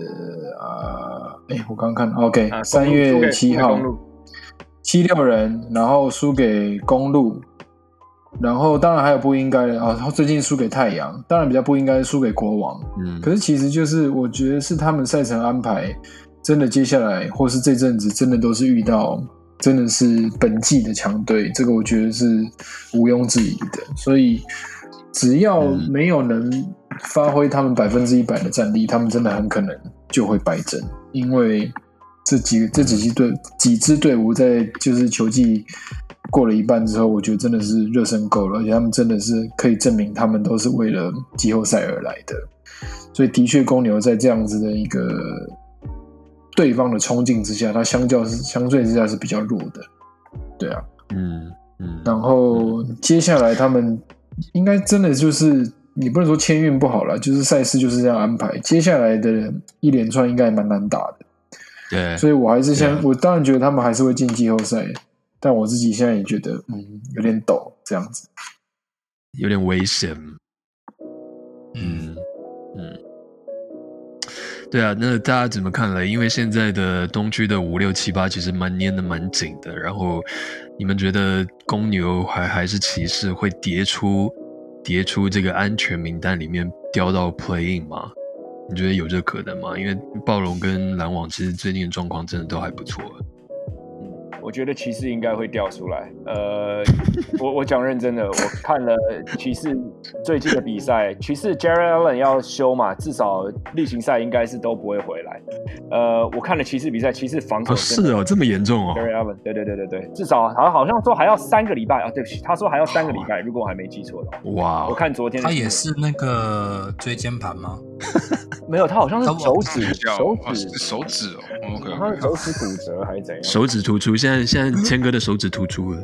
我刚看 OK， 3月7号76人，然后输给公鹿，然后当然还有不应该的最近输给太阳，当然比较不应该输给国王。可是其实就是我觉得是他们赛程安排真的接下来或是这阵子真的都是遇到真的是本季的强队，这个我觉得是毋庸置疑的，所以只要没有能发挥他们100%的战力，他们真的很可能就会败阵，因为这几支队伍在就是球季过了一半之后，我觉得真的是热身够了，而且他们真的是可以证明他们都是为了季后赛而来的，所以的确公牛在这样子的一个对方的冲劲之下，他相对之下是比较弱的，对啊，然后接下来他们应该真的就是你不能说签运不好啦，就是赛事就是这样安排，接下来的一连串应该蛮难打的。 对， 所以我还是我当然觉得他们还是会进季后赛，但我自己现在也觉得有点抖这样子， 有点危险。对啊，那大家怎么看了？因为现在的东区的5、6、7、8其实粘得蛮紧的，然后你们觉得公牛还是骑士会跌出这个安全名单里面掉到 play-in 吗？你觉得有这可能吗？因为暴龙跟篮网其实最近的状况真的都还不错。 我觉得骑士应该会掉出来。我讲认真的，我看了骑士最近的比赛，骑士 Jarrett Allen 要休嘛，至少例行赛应该是都不会回来。我看了骑士比赛，骑士防守是哦，这么严重哦 Jarrett Allen， 对，至少好像说还要3个礼拜啊，对不起，他说还要3个礼拜，如果我还没记错的话。 哇， 我看昨天他也是那个椎间盘吗？ 没有，他好像是手指哦 ，OK， 好像是手指骨折还是怎样？ 手指突出，现在谦哥的手指突出了。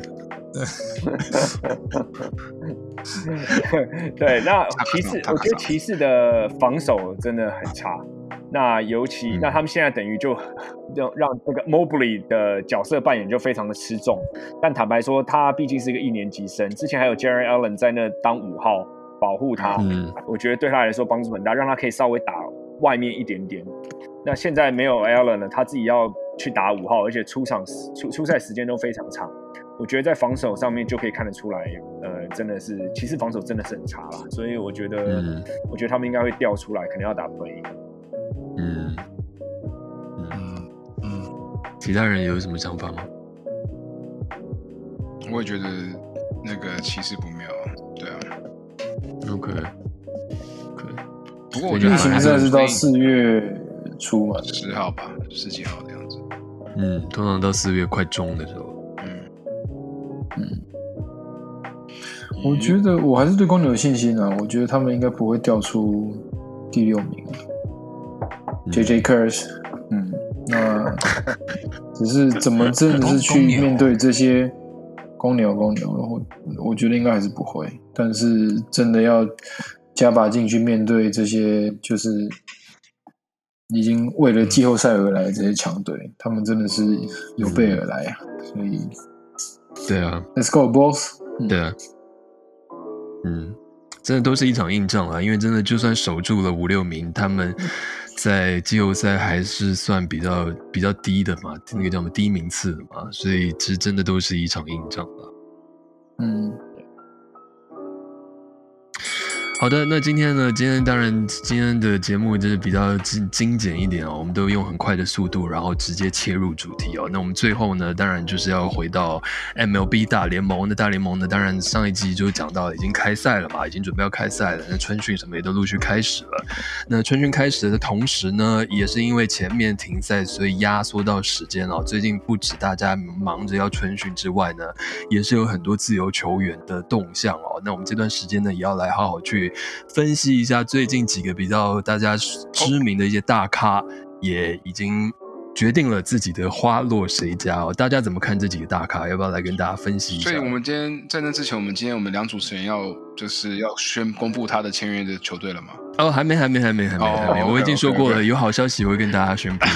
对，那骑士，我觉得骑士的防守真的很差。那尤其，那他们现在等于就让这个 Mobley 的角色扮演就非常的吃重。但坦白说，他毕竟是一个1年级生，之前还有 Jarrett Allen 在那当5号保护他，我觉得对他来说帮助很大，让他可以稍微打外面一点点。那现在没有 Allen 了，他自己要去打5号，而且出赛时间都非常长。我觉得在防守上面就可以看得出来，真的是骑士防守真的是很差啦，所以我觉得他们应该会掉出来，可能要打 play。 其他人有什么想法吗？ 我也觉得那个骑士不妙，对啊。 OK。 不过我觉得例行赛是到4月初嘛 ，10号吧，10几号的样子。 通常到4月快中的时候。 我觉得我还是对公牛有信心啊，我觉得他们应该不会掉出第6名。JJ Curse， 那只是怎么真的是去面对这些公牛，我觉得应该还是不会。但是真的要加把劲去面对这些，就是已经为了季后赛而来的这些强队，他们真的是有备而来啊。所以， 对啊 ，Let's go Bulls。 对啊。真的都是一场硬仗啊，因为真的就算守住了5、6名，他们在季后赛还是算比较低的嘛，那个叫什么低名次的嘛，所以其实真的都是一场硬仗啊。好的，那今天当然今天的节目就是比较精简一点哦，我们都用很快的速度，然后直接切入主题哦。那我们最后呢，当然就是要回到 MLB 大联盟。那大联盟呢，当然上一集就讲到已经开赛了嘛，已经准备要开赛了。那春训什么也都陆续开始了。那春训开始的同时呢，也是因为前面停赛，所以压缩到时间哦。最近不止大家忙着要春训之外呢，也是有很多自由球员的动向哦。那我们这段时间呢，也要来好好去分析一下最近几个比较大家知名的一些大咖，也已经决定了自己的花落谁家哦。大家怎么看这几个大咖？要不要来跟大家分析一下？ 所以我们今天在那之前，我们2主持人要公布他的签约的球队了吗？ 哦，还没，我已经说过了，有好消息我会跟大家宣布。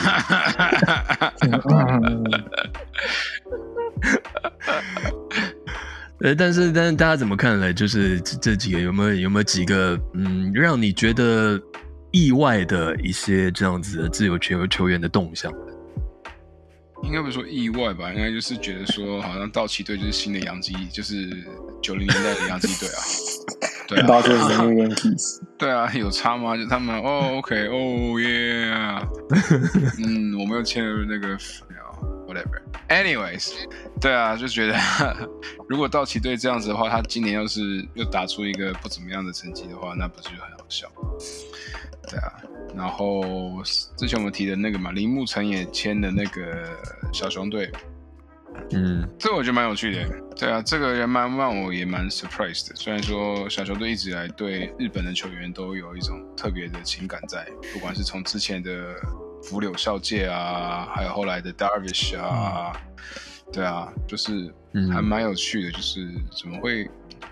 但是大家怎么看呢？就是这几个有没有几个让你觉得意外的一些这样子的自由球员的动向？ 应该不是说意外吧，应该就是觉得说好像道奇队就是新的洋基，就是90年代的洋基队啊。对啊，对啊，有差吗？就他们OK yeah， 我没有签了那个 whatever。Anyways， 对啊，就觉得如果道奇队这样子的话，他今年要是又打出一个不怎么样的成绩的话，那不是就很好笑？对啊，然后之前我们提的那个嘛，铃木诚也签的那个小熊队。这个我觉得蛮有趣的，对啊，这个人让我也蛮 surprised 的。虽然说小球队一直以来对日本的球员都有一种特别的情感在，不管是从之前的福柳孝介啊，还有后来的 Darvish 啊，对啊，就是还蛮有趣的，就是怎么会，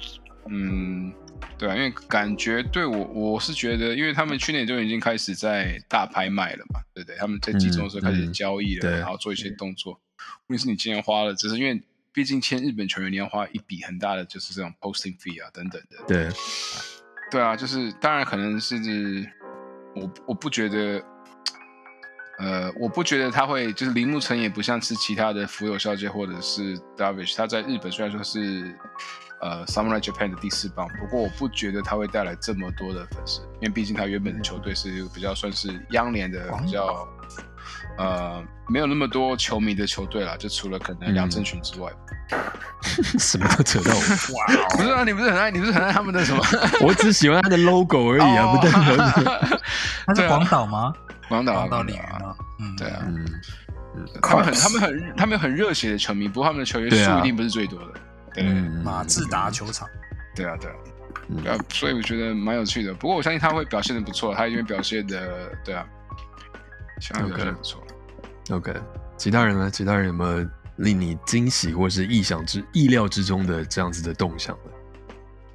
对啊，因为感觉对我是觉得，因为他们去年就已经开始在大拍卖了嘛，对不对？他们在季中的时候开始交易了，然后做一些动作。问题是你今年花了，只是因为毕竟签日本球员你要花一笔很大的就是这种 posting fee 啊等等的。对啊，就是当然可能是我不觉得，我不觉得他会就是铃木诚也不像是其他的福友孝介或者是 Darvish， 他在日本虽然说是Samurai Japan 的第4棒，不过我不觉得他会带来这么多的粉丝，因为毕竟他原本的球队是比较算是央联的比较没有那么多球迷的球队啦，就除了可能梁振群之外。 什么都扯到我。 哇，不是啊，你不是很爱他们的什么？ 我只喜欢他的 logo 而已啊，不代表他是广岛吗？ 广岛鲤鱼啊， 对啊，他们很热血的球迷，不过他们的球员数一定不是最多的。对， 马自达球场。 对啊，所以我觉得蛮有趣的。不过我相信他会表现的不错，他因为表现的，对啊，相当表现不错。 OK， 其他人呢？其他人有没有令你惊喜或是意料之中的这样子的动向呢？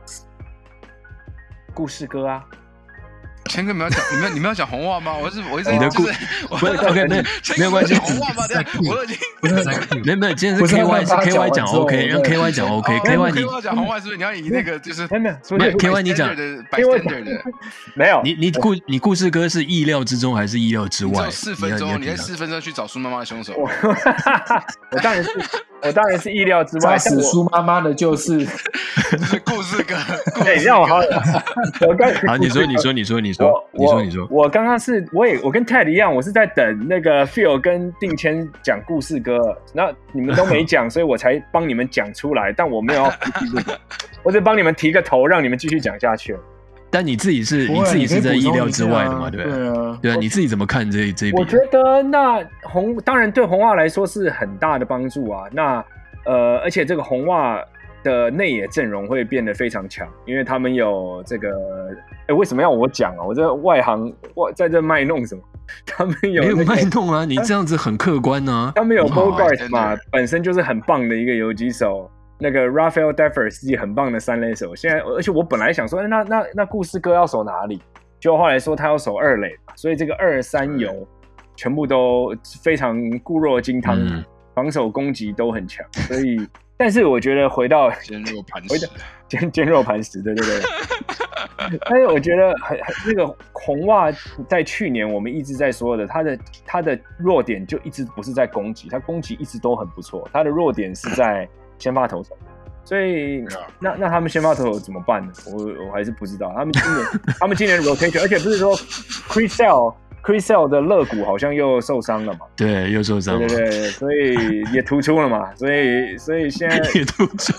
故事哥啊。 谦哥，你们要讲红袜吗？我一直你的就是 OK， 没有关系。 红袜吗？我都已经没有，今天是 KY 是 KY 讲 OK， 让 KY 讲 OK。KY 你讲红袜是不是？你要以那个就是没有 KY 你讲 bystander 的没有。 你故事哥是意料之中还是意料之外？ 你只有4分钟，你在4分钟去找苏妈妈的凶手。 我当然是意料之外。 杀死苏妈妈的就是故事哥。 你让我好。 好，你说。 我刚刚我跟 Ted 一样，我是在等那个 Phil 跟定谦讲故事歌，那你们都没讲，所以我才帮你们讲出来，但我没有要我只帮你们提个头，让你们继续讲下去。 但你自己是在意料之外的嘛？对啊，对啊，你自己怎么看这一笔？ 我觉得当然对红袜来说是很大的帮助啊。那而且这个红袜的内野阵容会变得非常强，因为他们有这个，为什么要我讲啊？我这外行，我在这卖弄什么？他们有、 没有卖弄啊，你这样子很客观啊。 他们有 Bogart 嘛，本身就是很棒的一个游击手。那个 Rafael Devers 是很棒的3垒手。现在，而且我本来想说，那故事哥要守哪里？结果后来说他要守2垒，所以这个2、3游全部都非常固若金汤，防守攻击都很强，所以。但是我觉得回到坚若磐石，对。但是我觉得那个红袜在去年我们一直在说的，他的弱点就一直不是在攻击，他攻击一直都很不错，他的弱点是在先发投手。所以那他们先发投手怎么办呢？我还是不知道。他们今年 rotation， 而且不是说 Chris Sale 的肋骨好像又受伤了嘛？ 对，又受伤了。 对，所以也突出了嘛。所以现在也突出。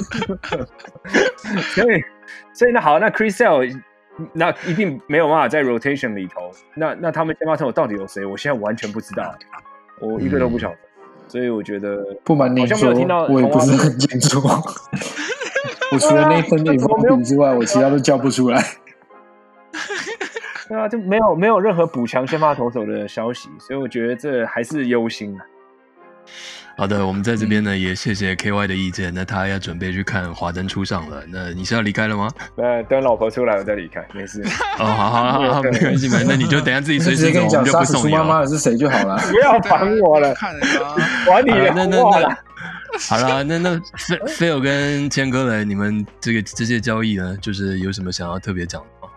所以那好，那 Chris Sale 那一定没有办法在 rotation 里头。那他们先发投手到底有谁？我现在完全不知道，我一个都不晓得。所以我觉得不瞒您说，我也不是很清楚。我除了那分的风评之外，我其他都叫不出来。 对啊，就没有任何补强先发投手的消息，所以我觉得这还是忧心啊。 好的，我们在这边呢也谢谢 KY 的意见。那他要准备去看《华灯初上》了。那你是要离开了吗？ 等老婆出来我再离开，没事。 哦，好，没关系嘛。那你就等一下自己随时走，我们就不送你了。 杀死苏妈妈的是谁就好了。 不要烦我了，管你的话了。 好了，那Phil 跟谦哥嘞，你们这些交易呢，就是有什么想要特别讲的吗？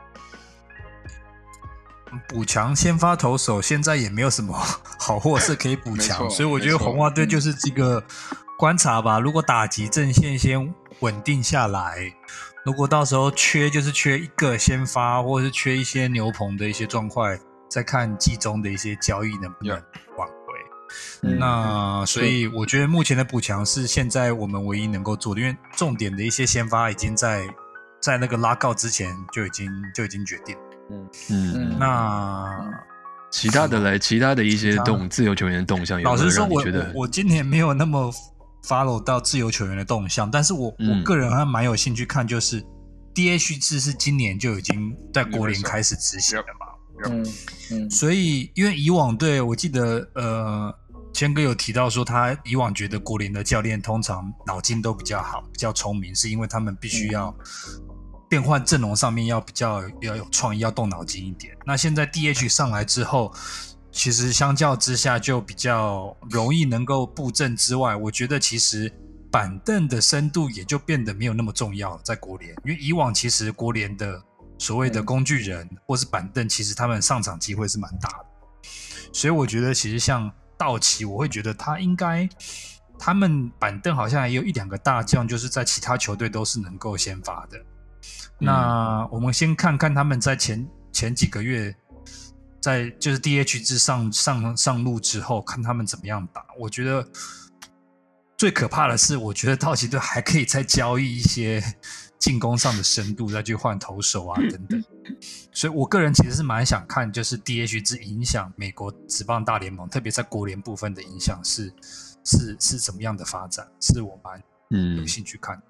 补强先发投手现在也没有什么好货色可以补强，所以我觉得红袜队就是这个观察吧。如果打击阵线先稳定下来，如果到时候缺一个先发，或者是缺一些牛棚的一些状况，再看季中的一些交易能不能挽回。那所以我觉得目前的补强是现在我们唯一能够做的，因为重点的一些先发已经在那个拉告之前就已经决定了。那其他的一些自由球员的动向， 老实说，我今年没有那么 follow 到自由球员的动向，但是我个人还蛮有兴趣看，就是 DH 制是今年就已经在国联开始执行了嘛。所以因为以往对我记得谦哥有提到说，他以往觉得国联的教练通常脑筋都比较好，比较聪明，是因为他们必须要变换阵容上面要有创意，要动脑筋一点。那现在 DH 上来之后，其实相较之下就比较容易能够布阵之外，我觉得其实板凳的深度也就变得没有那么重要了，在国联。因为以往其实国联的所谓的工具人或是板凳，其实他们上场机会是蛮大的。所以我觉得其实像道奇，我会觉得他们板凳好像也有1-2个大将，就是在其他球队都是能够先发的。那我们先看看他们在前几个月在就是 DH 制上路之后，看他们怎么样打。我觉得最可怕的是，我觉得道奇队还可以再交易一些进攻上的深度，再去换投手啊等等。所以我个人其实是蛮想看，就是 DH 制影响美国职棒大联盟，特别在国联部分的影响是怎么样的发展，是我蛮有兴趣看。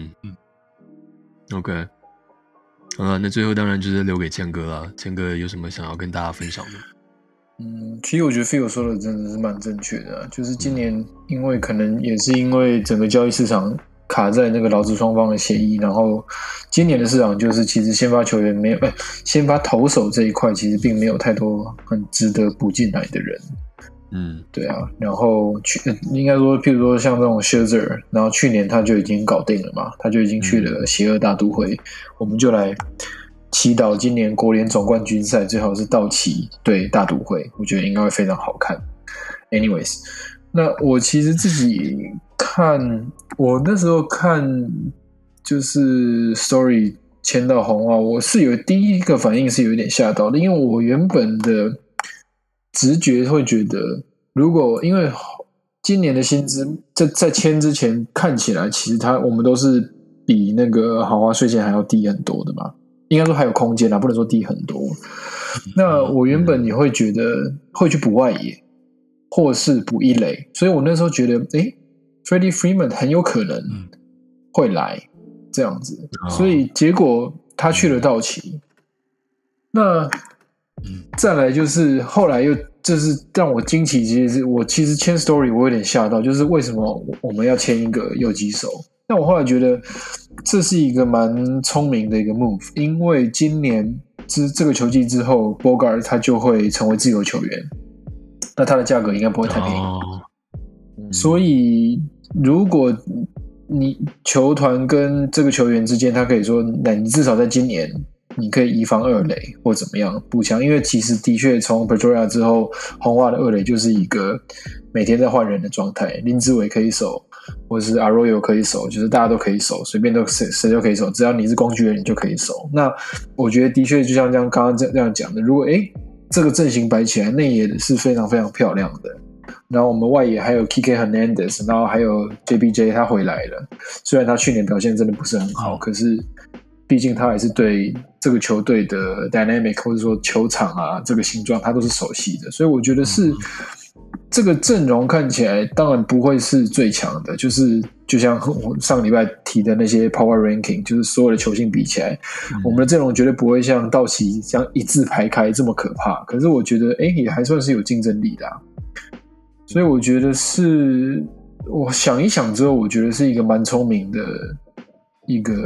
OK。好了，那最后当然就是留给谦哥了。谦哥有什么想要跟大家分享的？ 其实我觉得 Phil 说的真的是蛮正确的啊，就是今年因为可能也是因为整个交易市场卡在那个劳资双方的协议，然后今年的市场就是其实先发球员没有，先发投手这一块其实并没有太多很值得补进来的人。对啊，然后应该说，譬如说像这种 Scherzer， 然后去年他就已经搞定了嘛，他就已经去了邪恶大都会，我们就来祈祷今年国联总冠军赛最好是道奇对大都会，我觉得应该会非常好看。Anyways， 那我其实自己看，我那时候看就是 Story 签到红袜，我是有第一个反应是有一点吓到的，因为我原本的直觉会觉得，如果因为今年的薪资在签之前看起来，其实我们都是比那个豪华税线还要低很多的嘛，应该说还有空间啦，不能说低很多。那我原本也会觉得会去补外野，或是补一垒，所以我那时候觉得Freddie Freeman 很有可能会来这样子，所以结果他去了道奇。那再来就是后来又就是让我惊奇，其实签 Story 我有点吓到，就是为什么我们要签一个游击手？但我后来觉得这是一个蛮聪明的一个 move， 因为今年这个球季之后 Bogart 他就会成为自由球员，那他的价格应该不会太便宜。所以如果你球团跟这个球员之间，他可以说，那你至少在今年你可以移防二垒或怎么样补强，因为其实的确从 Pedroia 之后，红袜的二垒就是一个每天在换人的状态，林志伟可以守，或是 Arroyo 可以守，就是大家都可以守，随便谁都可以守，只要你是工具人你就可以守。那我觉得的确就像刚刚这样讲的，如果这个阵型摆起来，内野是非常非常漂亮的。然后我们外野还有 Kike Hernandez， 然后还有 JBJ 他回来了，虽然他去年表现真的不是很好，可是毕竟他还是对这个球队的 dynamic 或者说球场啊这个形状他都是熟悉的，所以我觉得是这个阵容看起来当然不会是最强的，就像我上个礼拜提的那些 power ranking， 就是所有的球星比起来，我们的阵容绝对不会像道奇这样一字排开这么可怕，可是我觉得也还算是有竞争力的啊。所以我觉得我想一想之后，我觉得是一个蛮聪明的一个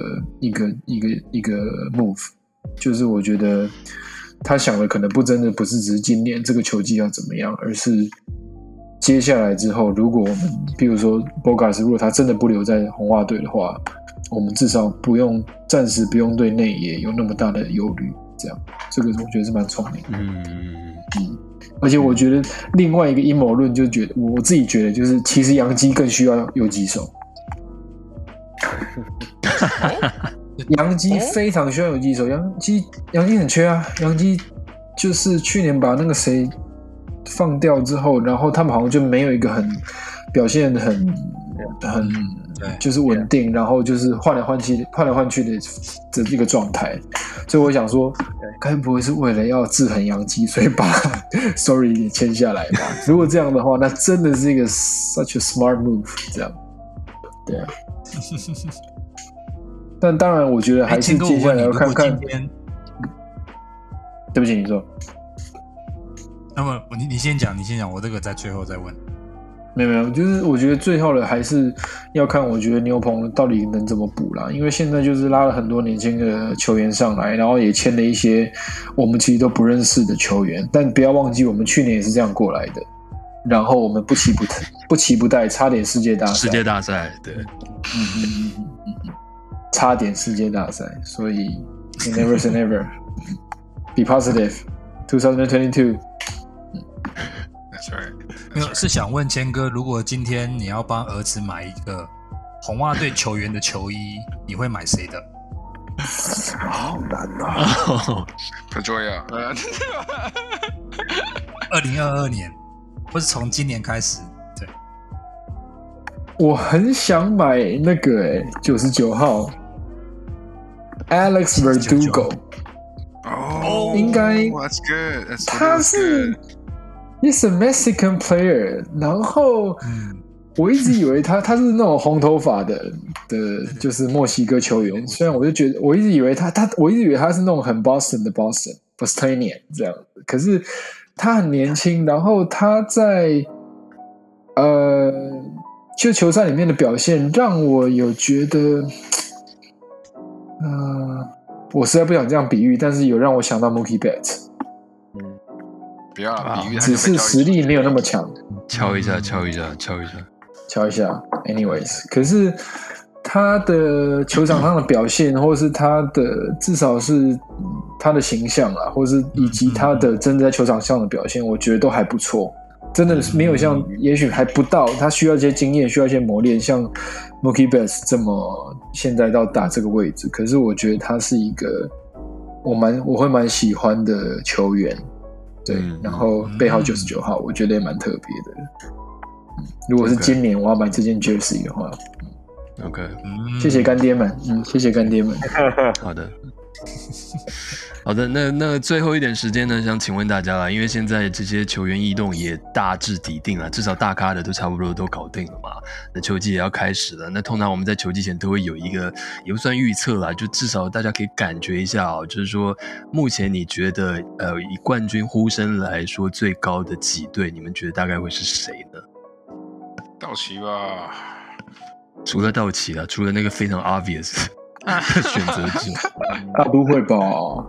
move， 就是我觉得他想的可能真的不是只是今年这个球季要怎么样，而是接下来之后，如果我们比如说 Bogarts 如果他真的不留在红袜队的话，我们至少暂时不用对内野有那么大的忧虑，这样这个我觉得是蛮聪明的。而且我觉得另外一个阴谋论就觉得我自己觉得就是其实洋基更需要游击手。洋基非常需要游击手，洋基很缺啊，洋基就是去年把那个谁放掉之后，然后他们好像就没有一个表现很就是稳定，然后就是换来换去的一个状态，所以我想说，该不会是为了要制衡洋基，所以把 Story 也签下来吧？如果这样的话，那真的是一个 such a smart move， 这样，对啊。但当然，我觉得还是接下来要看看。对不起，你说。 那么你先讲，我这个在最后再问。 没有，就是我觉得最后的还是要看，我觉得牛棚到底能怎么补啦。因为现在就是拉了很多年轻的球员上来，然后也签了一些我们其实都不认识的球员。但不要忘记，我们去年也是这样过来的。然后我们不期不待，差点世界大赛， 对， 差点世界大赛。所以 never say never， be positive， 2022。 That's right。 没有，是想问谦哥，如果今天你要帮儿子买一个红袜队球员的球衣，你会买谁的？ 好难啊！ Pedroia 2022年，或是从今年开始，对， 我很想买那个99号 Alex Verdugo。 哦， 应该 That's good. 他是 He's a Mexican player， 然后我一直以为他是那种红头发的，就是墨西哥球员。虽然我就觉得我一直以为我一直以为他是那种很 Boston 的 Bostonian 这样，可是他很年轻，然后他在就球赛里面的表现让我有觉得我实在不想这样比喻，但是有让我想到 Mookie Betts。 不要比喻， 只是实力没有那么强。 敲一下。 Anyways， 可是他的球场上的表现，或是他的至少是他的形象啊，或是以及他的真的在球场上的表现，我觉得都还不错。真的没有像，也许还不到，他需要一些经验，需要一些磨练，像 Mookie Betts 这么现在到打这个位置。可是我觉得他是一个我会蛮喜欢的球员，对。然后背号99号，我觉得也蛮特别的。如果是今年我要买这件 Jersey 的话 ，OK， 谢谢干爹们，谢谢干爹们。 好的。好的，那最后一点时间呢，想请问大家啦，因为现在这些球员异动也大致底定了，至少大咖的都差不多都搞定了嘛。那球季也要开始了，那通常我们在球季前都会有一个，也不算预测啦，就至少大家可以感觉一下就是说，目前你觉得以冠军呼声来说最高的几队，你们觉得大概会是谁呢？ 道奇吧。 除了道奇啦，除了那个非常 obvious 的选择之外， 大都会吧。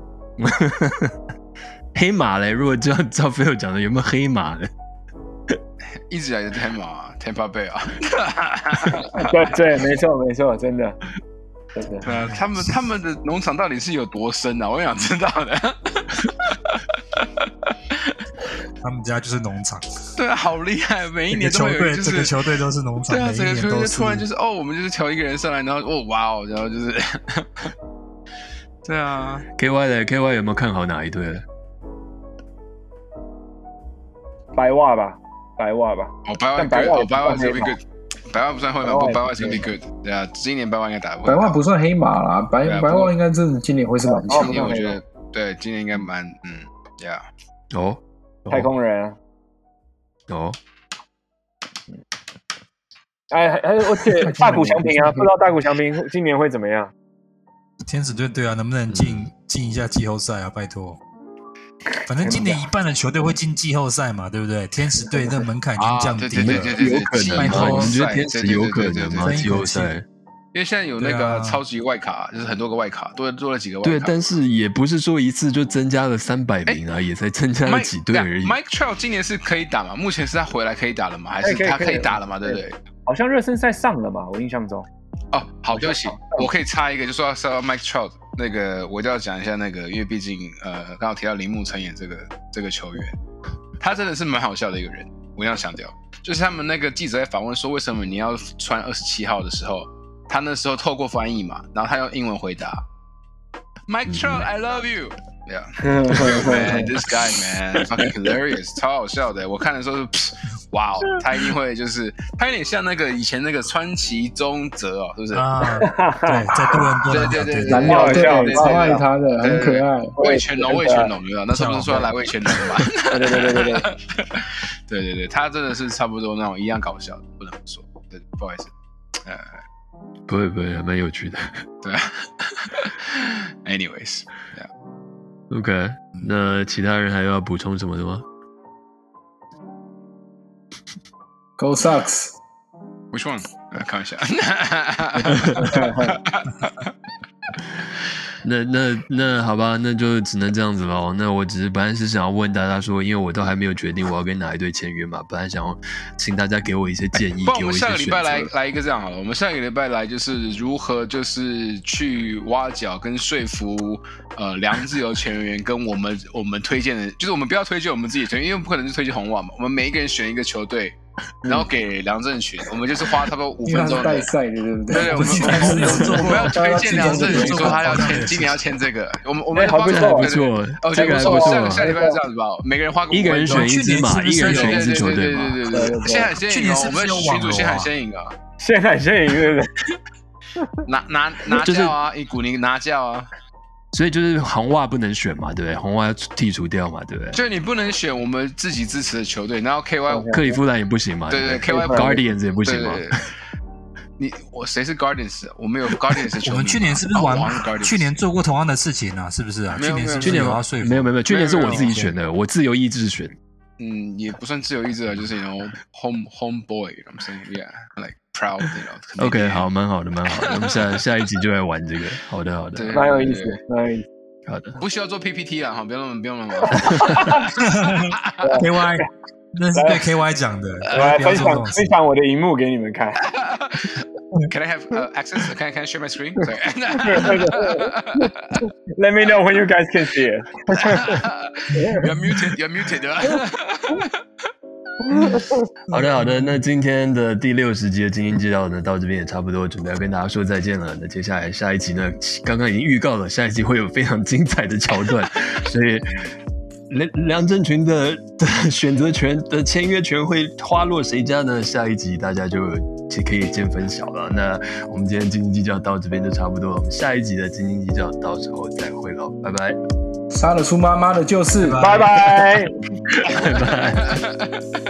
黑马嘞？如果照菲尔讲的，有没有黑马嘞？ 一直以来的黑马 Tampa Bay 啊。 对，没错，真的。 对啊，他们的农场到底是有多深啊？我想知道的。 他们家就是农场。 对啊，好厉害！每一年都会有，就是整个球队都是农场。 对啊，整个球队突然就是我们就是调一个人上来，然后哇哦，然后就是。对啊 ，KY 有没有看好哪一队？ 白袜吧。 白袜是 be good， 白袜不算会吗？白袜是 be good。对啊，今年白袜应该打不。 白袜不算黑马啦，白袜应该真的今年会是蛮强的。 我觉得对，今年应该蛮哦， 太空人啊。 哦。 而且大谷翔平啊，不知道大谷翔平今年会怎么样？ 天使队对啊，能不能进一下季后赛啊？拜托，反正今年一半的球队会进季后赛嘛，对不对？天使队的门槛已经降低了， 有可能吗？你们觉得天使有可能吗？季后赛？ 因为现在有那个超级外卡，就是很多个外卡，多了几个外卡。 对，但是也不是说一次就增加了300名啊，也才增加了几队而已。 Mike Trout 今年是可以打吗？目前是他回来可以打了吗？还是他可以打了吗？对不对？ 好像热身赛上了嘛，我印象中。 哦，好，对不起，我可以插一个，就说到 Mike Trout 那个，我一定要讲一下那个，因为毕竟刚好提到铃木成也这个球员，他真的是蛮好笑的一个人，我一定要强调，就是他们那个记者在访问说为什么你要穿27号的时候，他那时候透过翻译嘛，然后他用英文回答 ，Mike Trout, I love you. Yeah, man, this guy, man, fucking hilarious， 超好笑的。我看的时候是，哇哦，他一定会就是他有点像那个以前那个川崎宗哲哦，是不是？ 啊，对，在多伦多， 对， 蓝鸟对，超爱他的，很可爱。 味全龙，有没有？那时候不是说要来味全龙嘛？对，他真的是差不多那种一样搞笑的，不能不说。对，不好意思， 不会，还蛮有趣的。 对啊。Anyways，OK， 那其他人还要补充什么的吗 ？Go Sox。Which one？ 开玩笑。 那好吧，那就只能这样子咯。那我只是本来是想要问大家说，因为我都还没有决定我要跟哪一队签约嘛，本来想要请大家给我一些建议，给我一些选择。我们下个礼拜来一个这样好了，我们下个礼拜来就是如何就是去挖角跟说服两自由球员跟我们推荐的，就是我们不要推荐我们自己的球员，因为不可能是推荐红袜嘛，我们每一个人选一个球队， 然后给梁振群，我们就是花差不多5分钟代赛的，对不对？ 对，我们要推荐梁振群说他要签，今年要签这个，我们还不错， 不错，这个还不错。 下礼拜就这样子吧，每个人花个一个人选一支马，一个人选一支球队嘛。 对，先喊先赢哦，我们群主先喊先赢啊， 先喊先赢，对不对？ 拿教啊，以古宁拿教啊。 所以就是红袜不能选嘛，对不对？红袜要剔除掉嘛，对不对？ 就你不能选我们自己支持的球队，然后 KY 克利夫兰也不行嘛， 对 KY Guardians 也不行嘛。 我谁是 Guardians？ 我们有 Guardians 的球迷。 我们去年是不是去年做过同样的事情啊？是不是啊？去年去年是我自己选的，我自由意志选。 也不算自由意志啊，就是home boy，I'm saying yeah，like proud， OK， 好，蛮好的。我们下一集就来玩这个。好的。 蛮有意思。 好的， 不需要做 PPT 啦，哈，不用那么麻烦。 KY， 那是对 KY 讲的。 我来分享我的荧幕给你们看。 Can I have access? Can I share my screen? Let me know when you guys can see it. You're muted. 好的，那今天的第60集的精英街道呢，到这边也差不多，准备要跟大家说再见了。那接下来下一集呢，刚刚已经预告了，下一集会有非常精彩的桥段，所以梁振群的选择权的签约权会花落谁家呢？下一集大家就可以见分晓了。那我们今天斤斤计较到这边就差不多了，我们下一集的斤斤计较到时候再会咯，拜拜。 杀得出妈妈的就是， 拜拜， 拜拜。